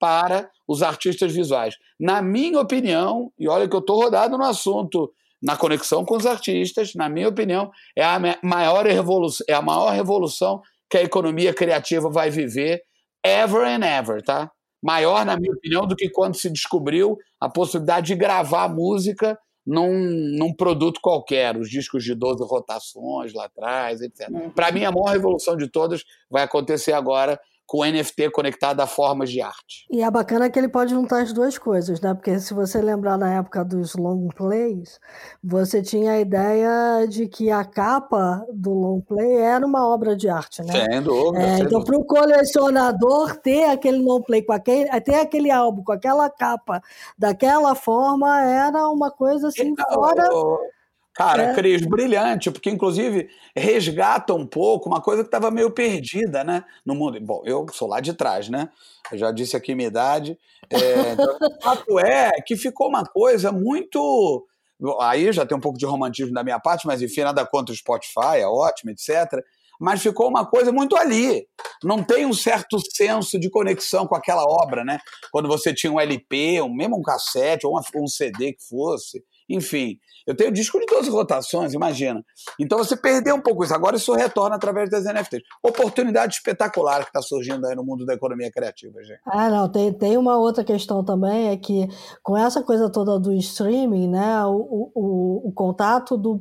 para os artistas visuais. Na minha opinião, e olha que eu estou rodado no assunto, na conexão com os artistas, na minha opinião, é a maior revolução, é a maior revolução que a economia criativa vai viver ever and ever, tá? Maior, na minha opinião, do que quando se descobriu a possibilidade de gravar música num, num produto qualquer, os discos de doze rotações lá atrás, etcétera. Para mim, a maior revolução de todas vai acontecer agora com o N F T conectado a formas de arte. E é bacana que ele pode juntar as duas coisas, né? Porque se você lembrar na época dos long plays, você tinha a ideia de que a capa do long play era uma obra de arte, né? Sem dúvida. É, sem então, para o colecionador ter aquele long play, com aquele, ter aquele álbum com aquela capa daquela forma, era uma coisa assim então, fora... Eu... Cara, é. Cris, brilhante, porque inclusive resgata um pouco uma coisa que estava meio perdida, né, no mundo. Bom, eu sou lá de trás, né? Eu já disse aqui minha idade. É, então, o fato é que ficou uma coisa muito... Aí já tem um pouco de romantismo da minha parte, mas enfim, nada contra o Spotify, é ótimo, etcétera. Mas ficou uma coisa muito ali. Não tem um certo senso de conexão com aquela obra, né? Quando você tinha um L P, um, mesmo um cassete, ou uma, um C D que fosse... Enfim, eu tenho disco de doze rotações, imagina. Então você perdeu um pouco isso. Agora isso retorna através das N F Ts. Oportunidade espetacular que está surgindo aí no mundo da economia criativa, gente. Ah, não, tem, tem uma outra questão também, é que com essa coisa toda do streaming, né, o, o, o contato do,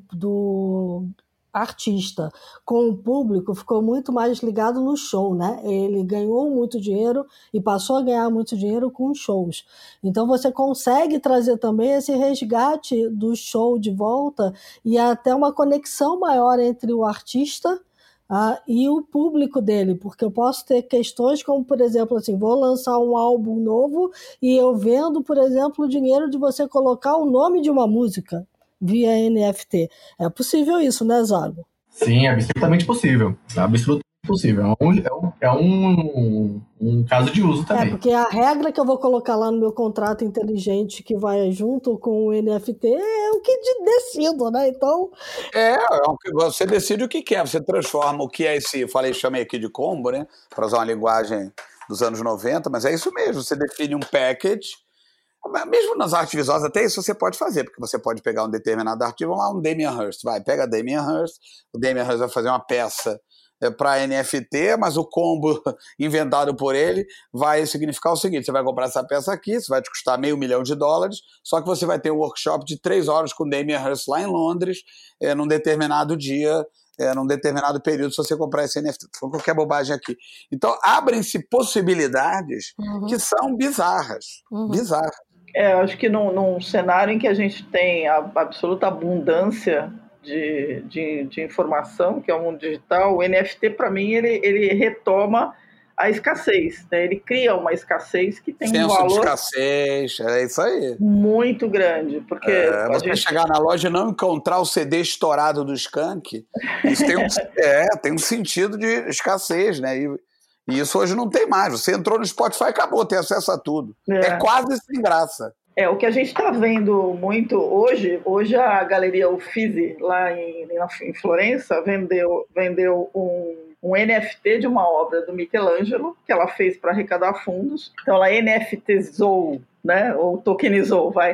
do artista com o público ficou muito mais ligado no show, né? Ele ganhou muito dinheiro e passou a ganhar muito dinheiro com shows. Então você consegue trazer também esse resgate do show de volta e até uma conexão maior entre o artista ah, e o público dele, porque eu posso ter questões como, por exemplo, assim, vou lançar um álbum novo e eu vendo, por exemplo, o dinheiro de você colocar o nome de uma música via N F T. É possível isso, né, Zago? Sim, é absolutamente possível. É absolutamente possível. É um, é um, é um, um caso de uso também. É, porque a regra que eu vou colocar lá no meu contrato inteligente que vai junto com o N F T é o que decido, né? Então... É, você decide o que quer. Você transforma o que é esse... Eu falei, chamei aqui de combo, né? Para usar uma linguagem dos anos noventa, mas é isso mesmo. Você define um package. Mesmo nas artes visuais, até isso você pode fazer, porque você pode pegar um determinado artigo, vamos lá, um Damien Hirst, vai, pega Damien Hirst, o Damien Hirst vai fazer uma peça é, para N F T, mas o combo inventado por ele vai significar o seguinte, você vai comprar essa peça aqui, isso vai te custar meio milhão de dólares, só que você vai ter um workshop de três horas com Damien Hirst lá em Londres, é, num determinado dia, É, num determinado período, se você comprar esse N F T. Tô falando qualquer bobagem aqui. Então, abrem-se possibilidades uhum. que são bizarras. Uhum. Bizarras. É, acho que num, num cenário em que a gente tem a absoluta abundância de, de, de informação, que é o mundo digital, o N F T, para mim, ele, ele retoma a escassez, né? Ele cria uma escassez que tem Senso um valor... de escassez, é isso aí. Muito grande, porque... É, você gente... chegar na loja e não encontrar o C D estourado do Skank, isso tem um, é, tem um sentido de escassez, né? E, e isso hoje não tem mais. Você entrou no Spotify e acabou, tem acesso a tudo. É, é quase sem graça. É, o que a gente está vendo muito hoje, hoje a galeria Uffizi, lá em, em Florença, vendeu, vendeu um... um N F T de uma obra do Michelangelo, que ela fez para arrecadar fundos. Então, ela NFTizou, né, ou tokenizou, vai,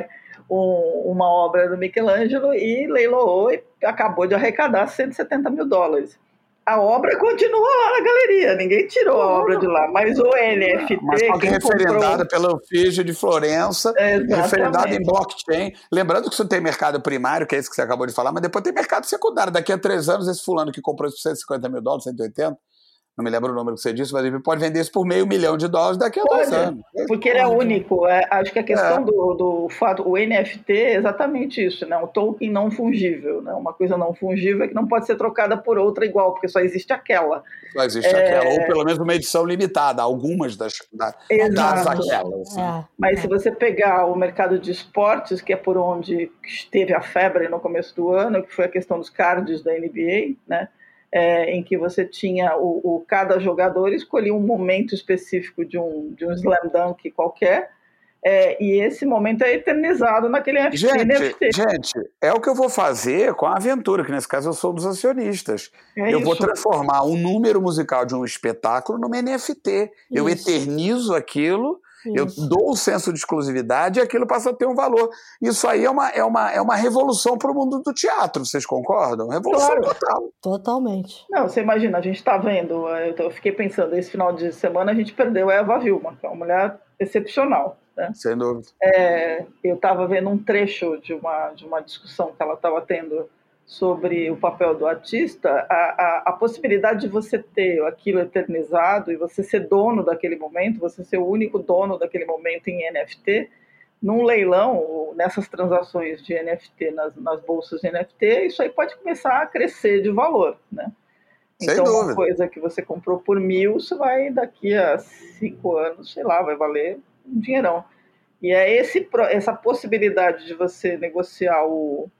um, uma obra do Michelangelo e leiloou e acabou de arrecadar cento e setenta mil dólares. A obra continua lá na galeria, ninguém tirou a obra de lá, mas o N F T... Mas só que referendada comprou... pela Uffizi de Florença, referendada em blockchain. Lembrando que isso tem mercado primário, que é isso que você acabou de falar, mas depois tem mercado secundário. Daqui a três anos, esse fulano que comprou isso por cento e cinquenta mil dólares, cento e oitenta, não me lembro o número que você disse, mas ele pode vender isso por meio milhão de dólares daqui a pode, dois anos. Porque ele é único. É, acho que a questão é. do, do fato, o N F T é exatamente isso, né? Um token não fungível, né? Uma coisa não fungível que não pode ser trocada por outra igual, porque só existe aquela. Só existe é... aquela, ou pelo menos uma edição limitada, algumas das, da, das aquelas. Assim. É. Mas se você pegar o mercado de esportes, que é por onde esteve a febre no começo do ano, que foi a questão dos cards da N B A, né? É, em que você tinha o, o cada jogador escolhia um momento específico de um, de um slam dunk qualquer, é, e esse momento é eternizado naquele gente, N F T. Gente, é o que eu vou fazer com a Aventura, que nesse caso eu sou um dos acionistas. É eu isso. vou transformar um número musical de um espetáculo numa N F T. Isso. Eu eternizo aquilo Eu dou o senso de exclusividade e aquilo passa a ter um valor. Isso aí é uma, é uma, é uma revolução para o mundo do teatro, vocês concordam? Revolução Claro. total. Totalmente. Não, você imagina, a gente está vendo, eu fiquei pensando, esse final de semana a gente perdeu a Eva Vilma, que é uma mulher excepcional. Né? Sem dúvida. É, eu estava vendo um trecho de uma, de uma discussão que ela estava tendo sobre o papel do artista, a, a, a possibilidade de você ter aquilo eternizado e você ser dono daquele momento, você ser o único dono daquele momento em N F T, num leilão, nessas transações de N F T, nas, nas bolsas de N F T, isso aí pode começar a crescer de valor, né? Sem então, dúvida. Uma coisa que você comprou por mil, você vai, daqui a cinco anos, sei lá, vai valer um dinheirão. E é esse, essa possibilidade de você negociar o,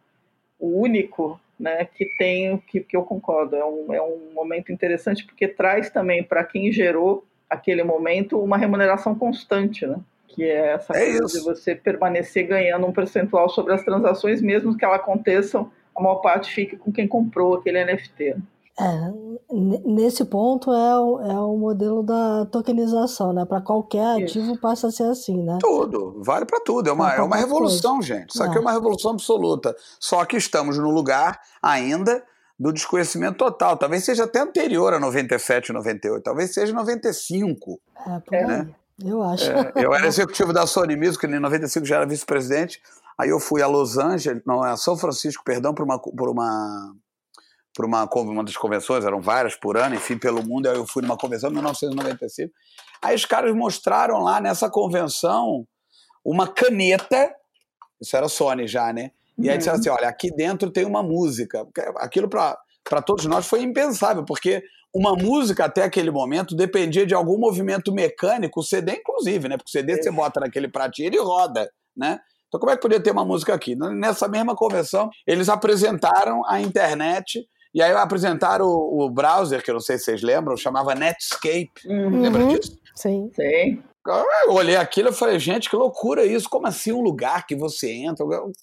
o único, né, que tem, que, que eu concordo, é um, é um momento interessante, porque traz também para quem gerou aquele momento uma remuneração constante, né? Que é essa é coisa isso. de você permanecer ganhando um percentual sobre as transações, mesmo que elas aconteçam, a maior parte fique com quem comprou aquele N F T. É, nesse ponto é o, é o modelo da tokenização, né? Para qualquer ativo Isso. passa a ser assim, né? Tudo, vale para tudo. É uma, é uma revolução, coisa. gente. Isso aqui é. é uma revolução absoluta. Só que estamos no lugar ainda do desconhecimento total. Talvez seja até anterior a noventa e sete, noventa e oito. Talvez seja noventa e cinco. É, por aí. Né? Eu acho. É, eu era executivo da Sony Music, em noventa e cinco já era vice-presidente. Aí eu fui a Los Angeles, não, a São Francisco, perdão, por uma... Por uma para uma, uma das convenções, eram várias por ano, enfim, pelo mundo. Aí eu fui numa convenção em mil novecentos e noventa e cinco. Aí os caras mostraram lá nessa convenção uma caneta, isso era Sony já, né? E aí uhum. disseram assim, olha, aqui dentro tem uma música. Aquilo para todos nós foi impensável, porque uma música até aquele momento dependia de algum movimento mecânico, o C D inclusive, né? Porque o C D é. você bota naquele pratinho e ele roda, né? Então como é que podia ter uma música aqui? Nessa mesma convenção, eles apresentaram a internet. E aí apresentaram o, o browser, que eu não sei se vocês lembram, chamava Netscape. Uhum. Lembra disso? Sim. Sim. Eu olhei aquilo e falei, gente, que loucura isso. Como assim um lugar que você entra?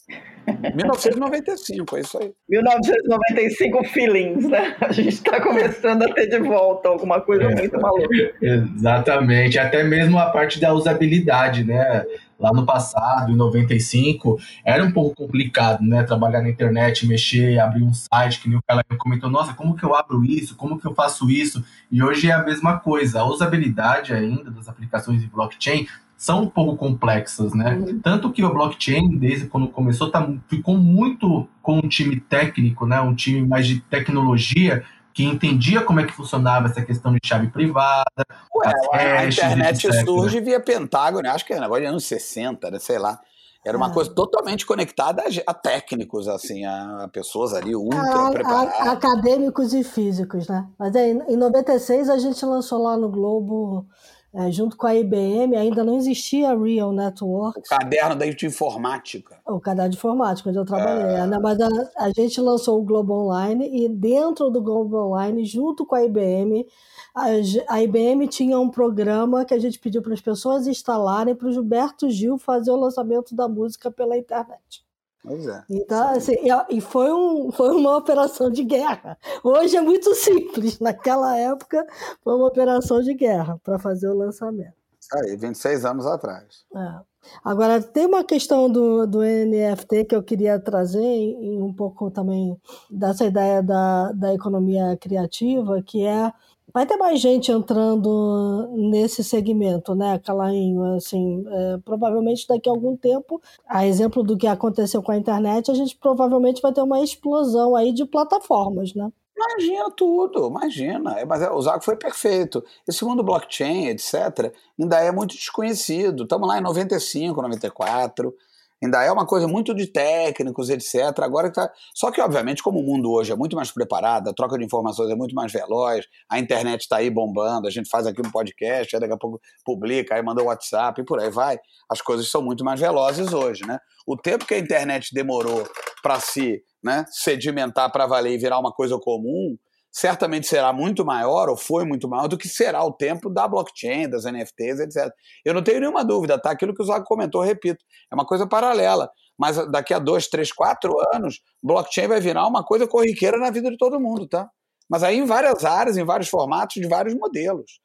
mil novecentos e noventa e cinco, é isso aí. mil novecentos e noventa e cinco feelings, né? A gente está começando a ter de volta alguma coisa é, muito maluca. Exatamente. Até mesmo a parte da usabilidade, né? Lá no passado, em noventa e cinco, era um pouco complicado, né? Trabalhar na internet, mexer, abrir um site, que nem o cara comentou, nossa, como que eu abro isso? Como que eu faço isso? E hoje é a mesma coisa. A usabilidade ainda das aplicações de blockchain são um pouco complexas, né? Uhum. Tanto que o blockchain, desde quando começou, tá, ficou muito com um time técnico, né? Um time mais de tecnologia, que entendia como é que funcionava essa questão de chave privada. Ué, a, a internet etcétera surge via Pentágono, acho que é negócio de anos sessenta, né, sei lá. Era uma é. coisa totalmente conectada a, a técnicos, assim, a, a pessoas ali ultra a, preparadas. A, acadêmicos e físicos, né? Mas aí, em noventa e seis a gente lançou lá no Globo, é, junto com a I B M, ainda não existia a Real Networks. O caderno da informática. O caderno de informática, onde eu trabalhei. É. Né? Mas a, a gente lançou o Globo Online e dentro do Globo Online, junto com a I B M, a, a I B M tinha um programa que a gente pediu para as pessoas instalarem para o Gilberto Gil fazer o lançamento da música pela internet. Pois é. Então, assim, e foi, um, foi uma operação de guerra. Hoje é muito simples. Naquela época, foi uma operação de guerra para fazer o lançamento. Isso aí, vinte e seis anos atrás. É. Agora, tem uma questão do, do N F T que eu queria trazer, e um pouco também dessa ideia da, da economia criativa, que é... Vai ter mais gente entrando nesse segmento, né, Calainho? Assim, é, provavelmente daqui a algum tempo, a exemplo do que aconteceu com a internet, a gente provavelmente vai ter uma explosão aí de plataformas, né? Imagina tudo, imagina. Mas o Zago foi perfeito. Esse mundo blockchain, etcétera, ainda é muito desconhecido. Estamos lá em noventa e cinco, noventa e quatro... Ainda é uma coisa muito de técnicos, etcétera. Agora que tá... Só que, obviamente, como o mundo hoje é muito mais preparado, a troca de informações é muito mais veloz, a internet está aí bombando, a gente faz aqui um podcast, aí daqui a pouco publica, aí manda o WhatsApp e por aí vai. As coisas são muito mais velozes hoje, né? O tempo que a internet demorou para se, né, sedimentar para valer e virar uma coisa comum, certamente será muito maior, ou foi muito maior, do que será o tempo da blockchain, das N F Ts, etcétera. Eu não tenho nenhuma dúvida, tá? Aquilo que o Zago comentou, repito, é uma coisa paralela. Mas daqui a dois, três, quatro anos, blockchain vai virar uma coisa corriqueira na vida de todo mundo, tá? Mas aí em várias áreas, em vários formatos, de vários modelos.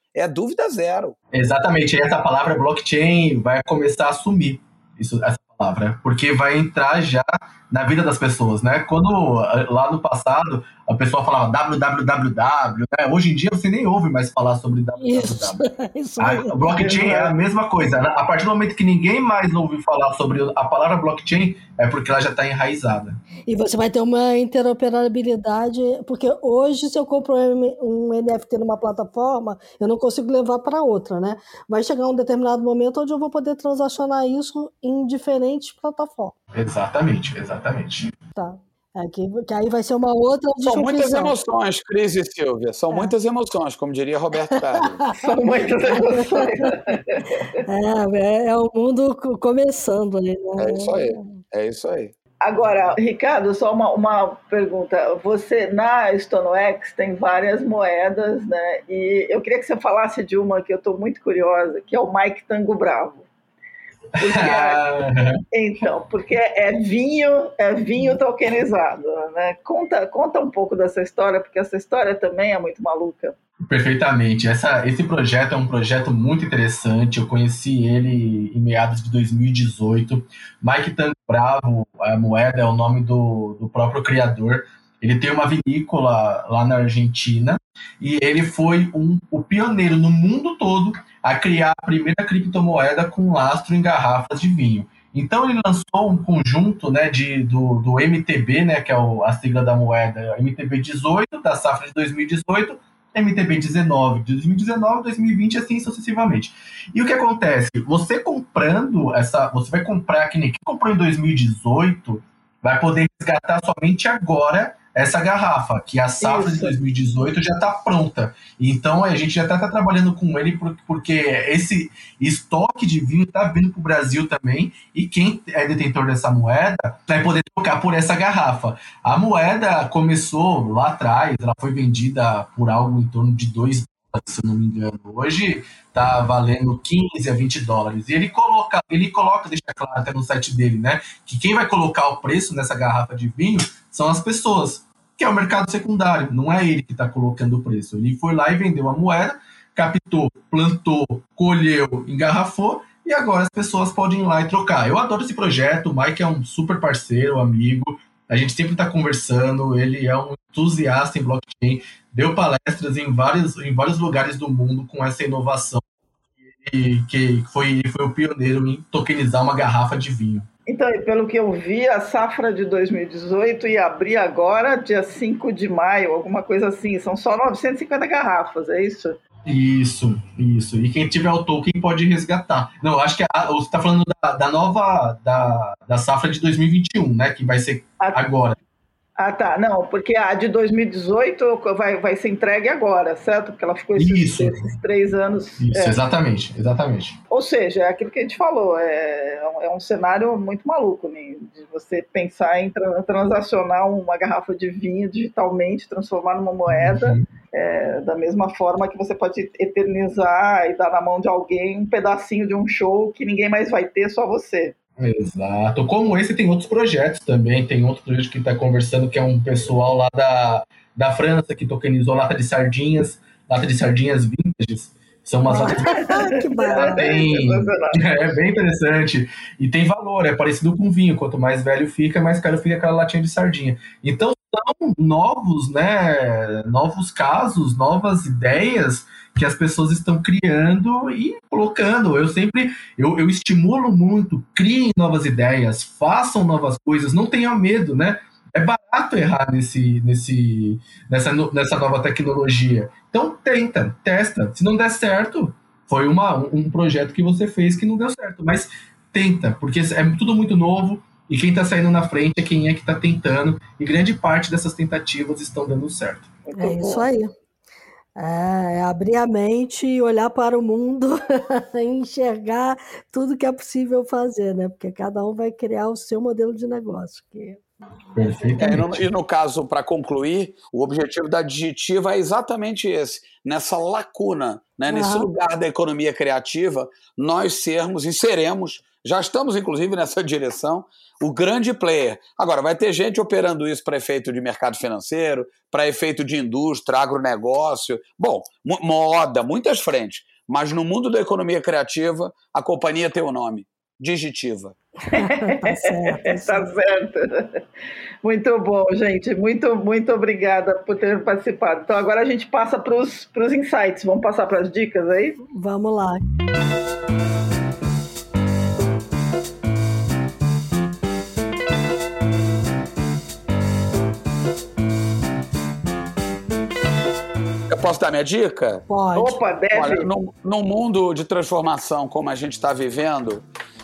É dúvida zero. Exatamente, e essa palavra blockchain vai começar a sumir, isso, essa palavra, porque vai entrar já na vida das pessoas, né? Quando lá no passado a pessoa falava W W W, né? Hoje em dia você nem ouve mais falar sobre W W W. Isso, isso A blockchain é a mesma coisa, né? A partir do momento que ninguém mais ouve falar sobre a palavra blockchain, é porque ela já está enraizada. E você vai ter uma interoperabilidade, porque hoje, se eu compro um N F T numa plataforma, eu não consigo levar para outra, né? Vai chegar um determinado momento onde eu vou poder transacionar isso em diferentes plataformas. Exatamente, exatamente. Tá. É que, que aí vai ser uma outra discussão. São muitas emoções, Cris e Silvia. São é. muitas emoções, como diria Roberto Carlos. São muitas emoções. É, é o mundo começando aí, né? É isso aí. É isso aí. Agora, Ricardo, só uma, uma pergunta. Você, na StoneX, tem várias moedas, né? E eu queria que você falasse de uma que eu estou muito curiosa, que é o Mike Tango Bravo. Porque é, então, porque é vinho, é vinho tokenizado, né? Conta, conta um pouco dessa história, porque essa história também é muito maluca. Perfeitamente. Essa, esse projeto é um projeto muito interessante. Eu conheci ele em meados de dois mil e dezoito. Mike Tango Bravo, a moeda é o nome do, do próprio criador. Ele tem uma vinícola lá na Argentina e ele foi um, o pioneiro no mundo todo a criar a primeira criptomoeda com lastro em garrafas de vinho. Então ele lançou um conjunto, né, de, do, do M T B, né, que é o, a sigla da moeda, M T B dezoito, da safra de dois mil e dezoito, M T B dezenove, de dois mil e dezenove, dois mil e vinte, assim sucessivamente. E o que acontece? Você comprando essa, você vai comprar, que nem quem comprou em dois mil e dezoito, vai poder resgatar somente agora essa garrafa, que a safra Isso. de dois mil e dezoito já está pronta. Então a gente já está tá trabalhando com ele porque esse estoque de vinho está vindo para o Brasil também, e quem é detentor dessa moeda vai poder trocar por essa garrafa. A moeda começou lá atrás, ela foi vendida por algo em torno de dois dólares, se eu não me engano. Hoje está valendo quinze a vinte dólares. E ele coloca, ele coloca, deixa claro até no site dele, né, que quem vai colocar o preço nessa garrafa de vinho são as pessoas, que é o mercado secundário, não é ele que está colocando o preço. Ele foi lá e vendeu a moeda, captou, plantou, colheu, engarrafou, e agora as pessoas podem ir lá e trocar. Eu adoro esse projeto, o Mike é um super parceiro, amigo, a gente sempre está conversando, ele é um entusiasta em blockchain, deu palestras em vários, em vários lugares do mundo com essa inovação, e que foi, ele foi o pioneiro em tokenizar uma garrafa de vinho. Então, pelo que eu vi, a safra de dois mil e dezoito ia abrir agora, dia cinco de maio, alguma coisa assim. São só novecentas e cinquenta garrafas, é isso? Isso, isso. E quem tiver o token pode resgatar. Não, eu acho que a, você está falando da, da nova, da, da safra de dois mil e vinte e um, né? Que vai ser a, agora. Ah, tá. Não, porque a de dois mil e dezoito vai, vai ser entregue agora, certo? Porque ela ficou esses, esses três anos... Isso, é. exatamente, exatamente. Ou seja, é aquilo que a gente falou, é, é um cenário muito maluco, né? De você pensar em transacionar uma garrafa de vinho digitalmente, transformar numa moeda, uhum. é, da mesma forma que você pode eternizar e dar na mão de alguém um pedacinho de um show que ninguém mais vai ter, só você. Exato. Como esse, tem outros projetos também. Tem outro projeto que está conversando, que é um pessoal lá da, da França que tokenizou lata de sardinhas, lata de sardinhas vintage. São umas latas que bem, é bem interessante. E tem valor, é parecido com vinho. Quanto mais velho fica, mais caro fica aquela latinha de sardinha. Então são novos, né? Novos casos, novas ideias que as pessoas estão criando e colocando. Eu sempre, eu, eu estimulo muito, criem novas ideias, façam novas coisas, não tenham medo, né? É barato errar nesse, nesse, nessa, nessa nova tecnologia. Então tenta, testa. Se não der certo, foi uma, um projeto que você fez que não deu certo, mas tenta, porque é tudo muito novo e quem está saindo na frente é quem é que está tentando, e grande parte dessas tentativas estão dando certo. É isso aí. É abrir a mente e olhar para o mundo e enxergar tudo que é possível fazer, né? Porque cada um vai criar o seu modelo de negócio. Que É, e, no, e no caso, para concluir, o objetivo da Digitiva é exatamente esse, nessa lacuna, né, uhum. nesse lugar da economia criativa, nós sermos e seremos, já estamos inclusive nessa direção, o grande player. Agora, vai ter gente operando isso para efeito de mercado financeiro, para efeito de indústria, agronegócio, bom, moda, muitas frentes, mas no mundo da economia criativa, a companhia tem o nome, Digitiva. Tá certo. Tá certo. Muito bom, gente. Muito, muito obrigada por ter participado. Então agora a gente passa para os insights. Vamos passar para as dicas aí? Vamos lá. Eu posso dar minha dica? Pode. Opa, deve. Olha, no, no mundo de transformação como a gente está vivendo,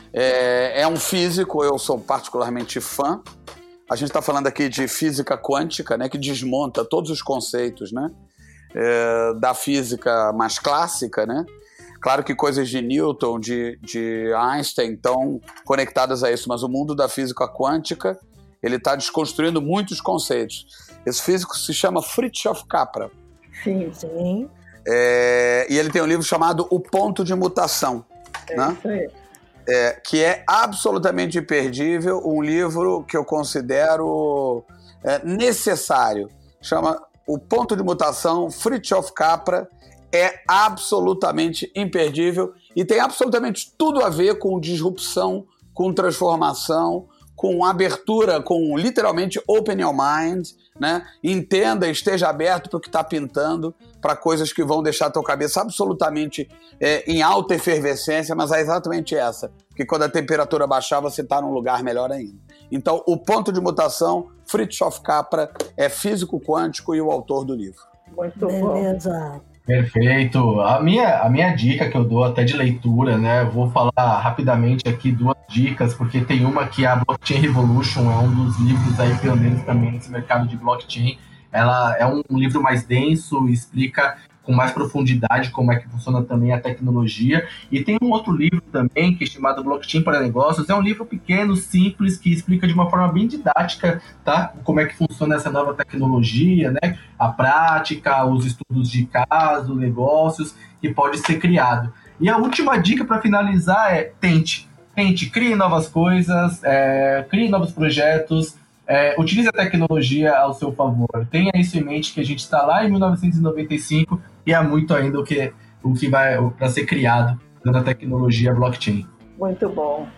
É, é um físico, eu sou particularmente fã. A gente está falando aqui de física quântica, né, que desmonta todos os conceitos, né, é, da física mais clássica, né? Claro que coisas de Newton, de, de Einstein estão conectadas a isso, mas o mundo da física quântica ele está desconstruindo muitos conceitos. Esse físico se chama Fritjof Capra. Sim, sim. É, e ele tem um livro chamado O Ponto de Mutação. É né? isso aí. É, que é absolutamente imperdível, um livro que eu considero é, necessário. Chama O Ponto de Mutação, Fritjof Capra, é absolutamente imperdível e tem absolutamente tudo a ver com disrupção, com transformação, com abertura, com literalmente open your mind, né? Entenda, esteja aberto para o que está pintando, para coisas que vão deixar a tua cabeça absolutamente é, em alta efervescência, mas é exatamente essa, porque quando a temperatura baixar, você está num lugar melhor ainda. Então, O Ponto de Mutação, Fritjof Capra, é físico quântico e o autor do livro. Muito bom. Beleza. Perfeito. A minha, a minha dica que eu dou até de leitura, né? Eu vou falar rapidamente aqui duas dicas, porque tem uma que é a Blockchain Revolution, é um dos livros aí pioneiros também nesse mercado de blockchain. Ela é um livro mais denso, explica com mais profundidade como é que funciona também a tecnologia. E tem um outro livro também, que é chamado Blockchain para Negócios. É um livro pequeno, simples, que explica de uma forma bem didática, tá? Como é que funciona essa nova tecnologia, né? A prática, os estudos de caso, negócios, que pode ser criado. E a última dica para finalizar é tente. Tente, crie novas coisas, é, crie novos projetos, É, utilize a tecnologia ao seu favor. Tenha isso em mente que a gente está lá em mil novecentos e noventa e cinco e há muito ainda o que, o que vai para ser criado na tecnologia blockchain. Muito bom.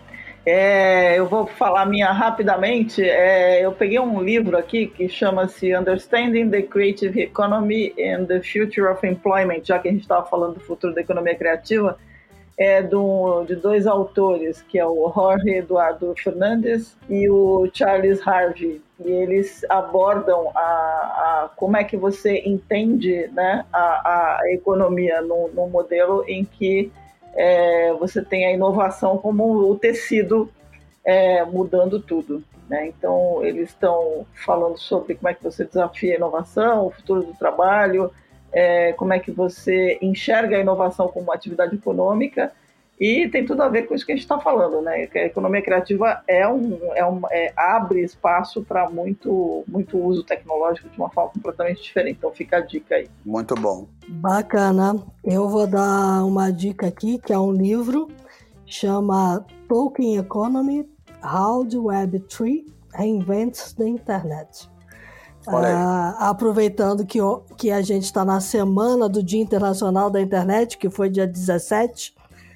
É, eu vou falar minha rapidamente. É, eu peguei um livro aqui que chama-se Understanding the Creative Economy and the Future of Employment, já que a gente estava falando do futuro da economia criativa. É do, de dois autores, que é o Jorge Eduardo Fernandes e o Charles Harvey. E eles abordam a, a, como é que você entende, né, a, a economia num, num modelo em que é, você tem a inovação como o tecido é, mudando tudo. Né? Então, eles estão falando sobre como é que você desafia a inovação, o futuro do trabalho, É, como é que você enxerga a inovação como uma atividade econômica, e tem tudo a ver com isso que a gente está falando, né? Que a economia criativa é um, é um, é, abre espaço para muito, muito uso tecnológico de uma forma completamente diferente. Então fica a dica aí. Muito bom. Bacana. Eu vou dar uma dica aqui, que é um livro, chama Token Economy, How the Web três Reinvents the Internet. Uh, aproveitando que, que a gente está na semana do Dia Internacional da Internet, que foi dia dezessete,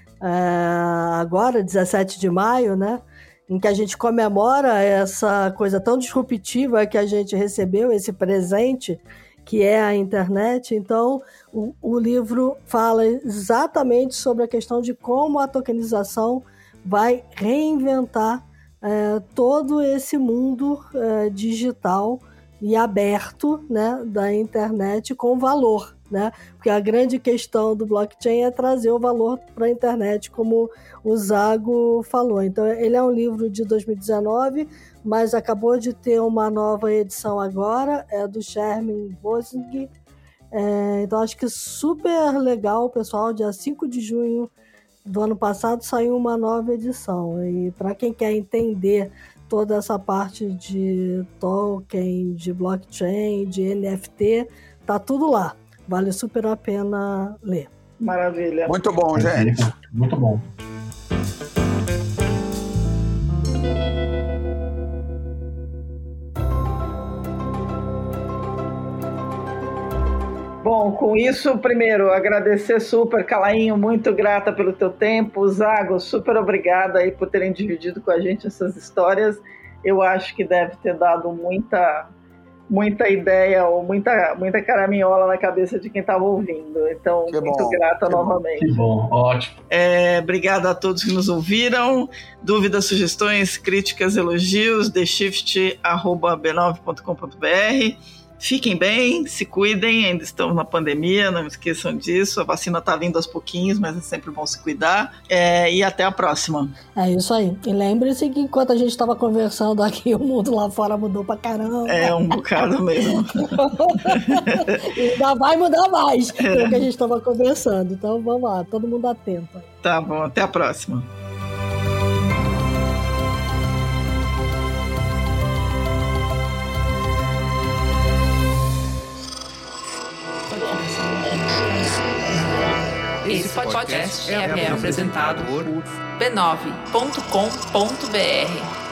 uh, agora, dezessete de maio, né? Em que a gente comemora essa coisa tão disruptiva que a gente recebeu, esse presente que é a internet. Então, o, o livro fala exatamente sobre a questão de como a tokenização vai reinventar uh, todo esse mundo uh, digital e aberto, né, da internet com valor, né? Porque a grande questão do blockchain é trazer o valor para a internet, como o Zago falou. Então, ele é um livro de dois mil e dezenove, mas acabou de ter uma nova edição agora, é do Sherman Bosing. É, então, acho que super legal, pessoal. Dia cinco de junho do ano passado saiu uma nova edição. E para quem quer entender toda essa parte de token, de blockchain, de N F T, tá tudo lá. Vale super a pena ler. Maravilha. Muito bom, gente. Muito bom. Bom, com isso, primeiro, agradecer super, Calainho, muito grata pelo teu tempo. Zago, super obrigada aí por terem dividido com a gente essas histórias. Eu acho que deve ter dado muita, muita ideia ou muita, muita caraminhola na cabeça de quem estava ouvindo. Então, Que muito bom, grata que novamente. Que bom, ótimo. É, obrigada a todos que nos ouviram. Dúvidas, sugestões, críticas, elogios, the shift arroba b nove ponto com ponto b r. Fiquem bem, se cuidem, ainda estamos na pandemia, não esqueçam disso. A vacina está vindo aos pouquinhos, mas é sempre bom se cuidar. É, e até a próxima. É isso aí. E lembre-se que enquanto a gente estava conversando aqui, o mundo lá fora mudou pra caramba. É um bocado mesmo. E ainda vai mudar mais do é. que a gente estava conversando. Então vamos lá, todo mundo atento. Tá bom, até a próxima. Esse podcast é apresentado por b nove ponto com ponto b r.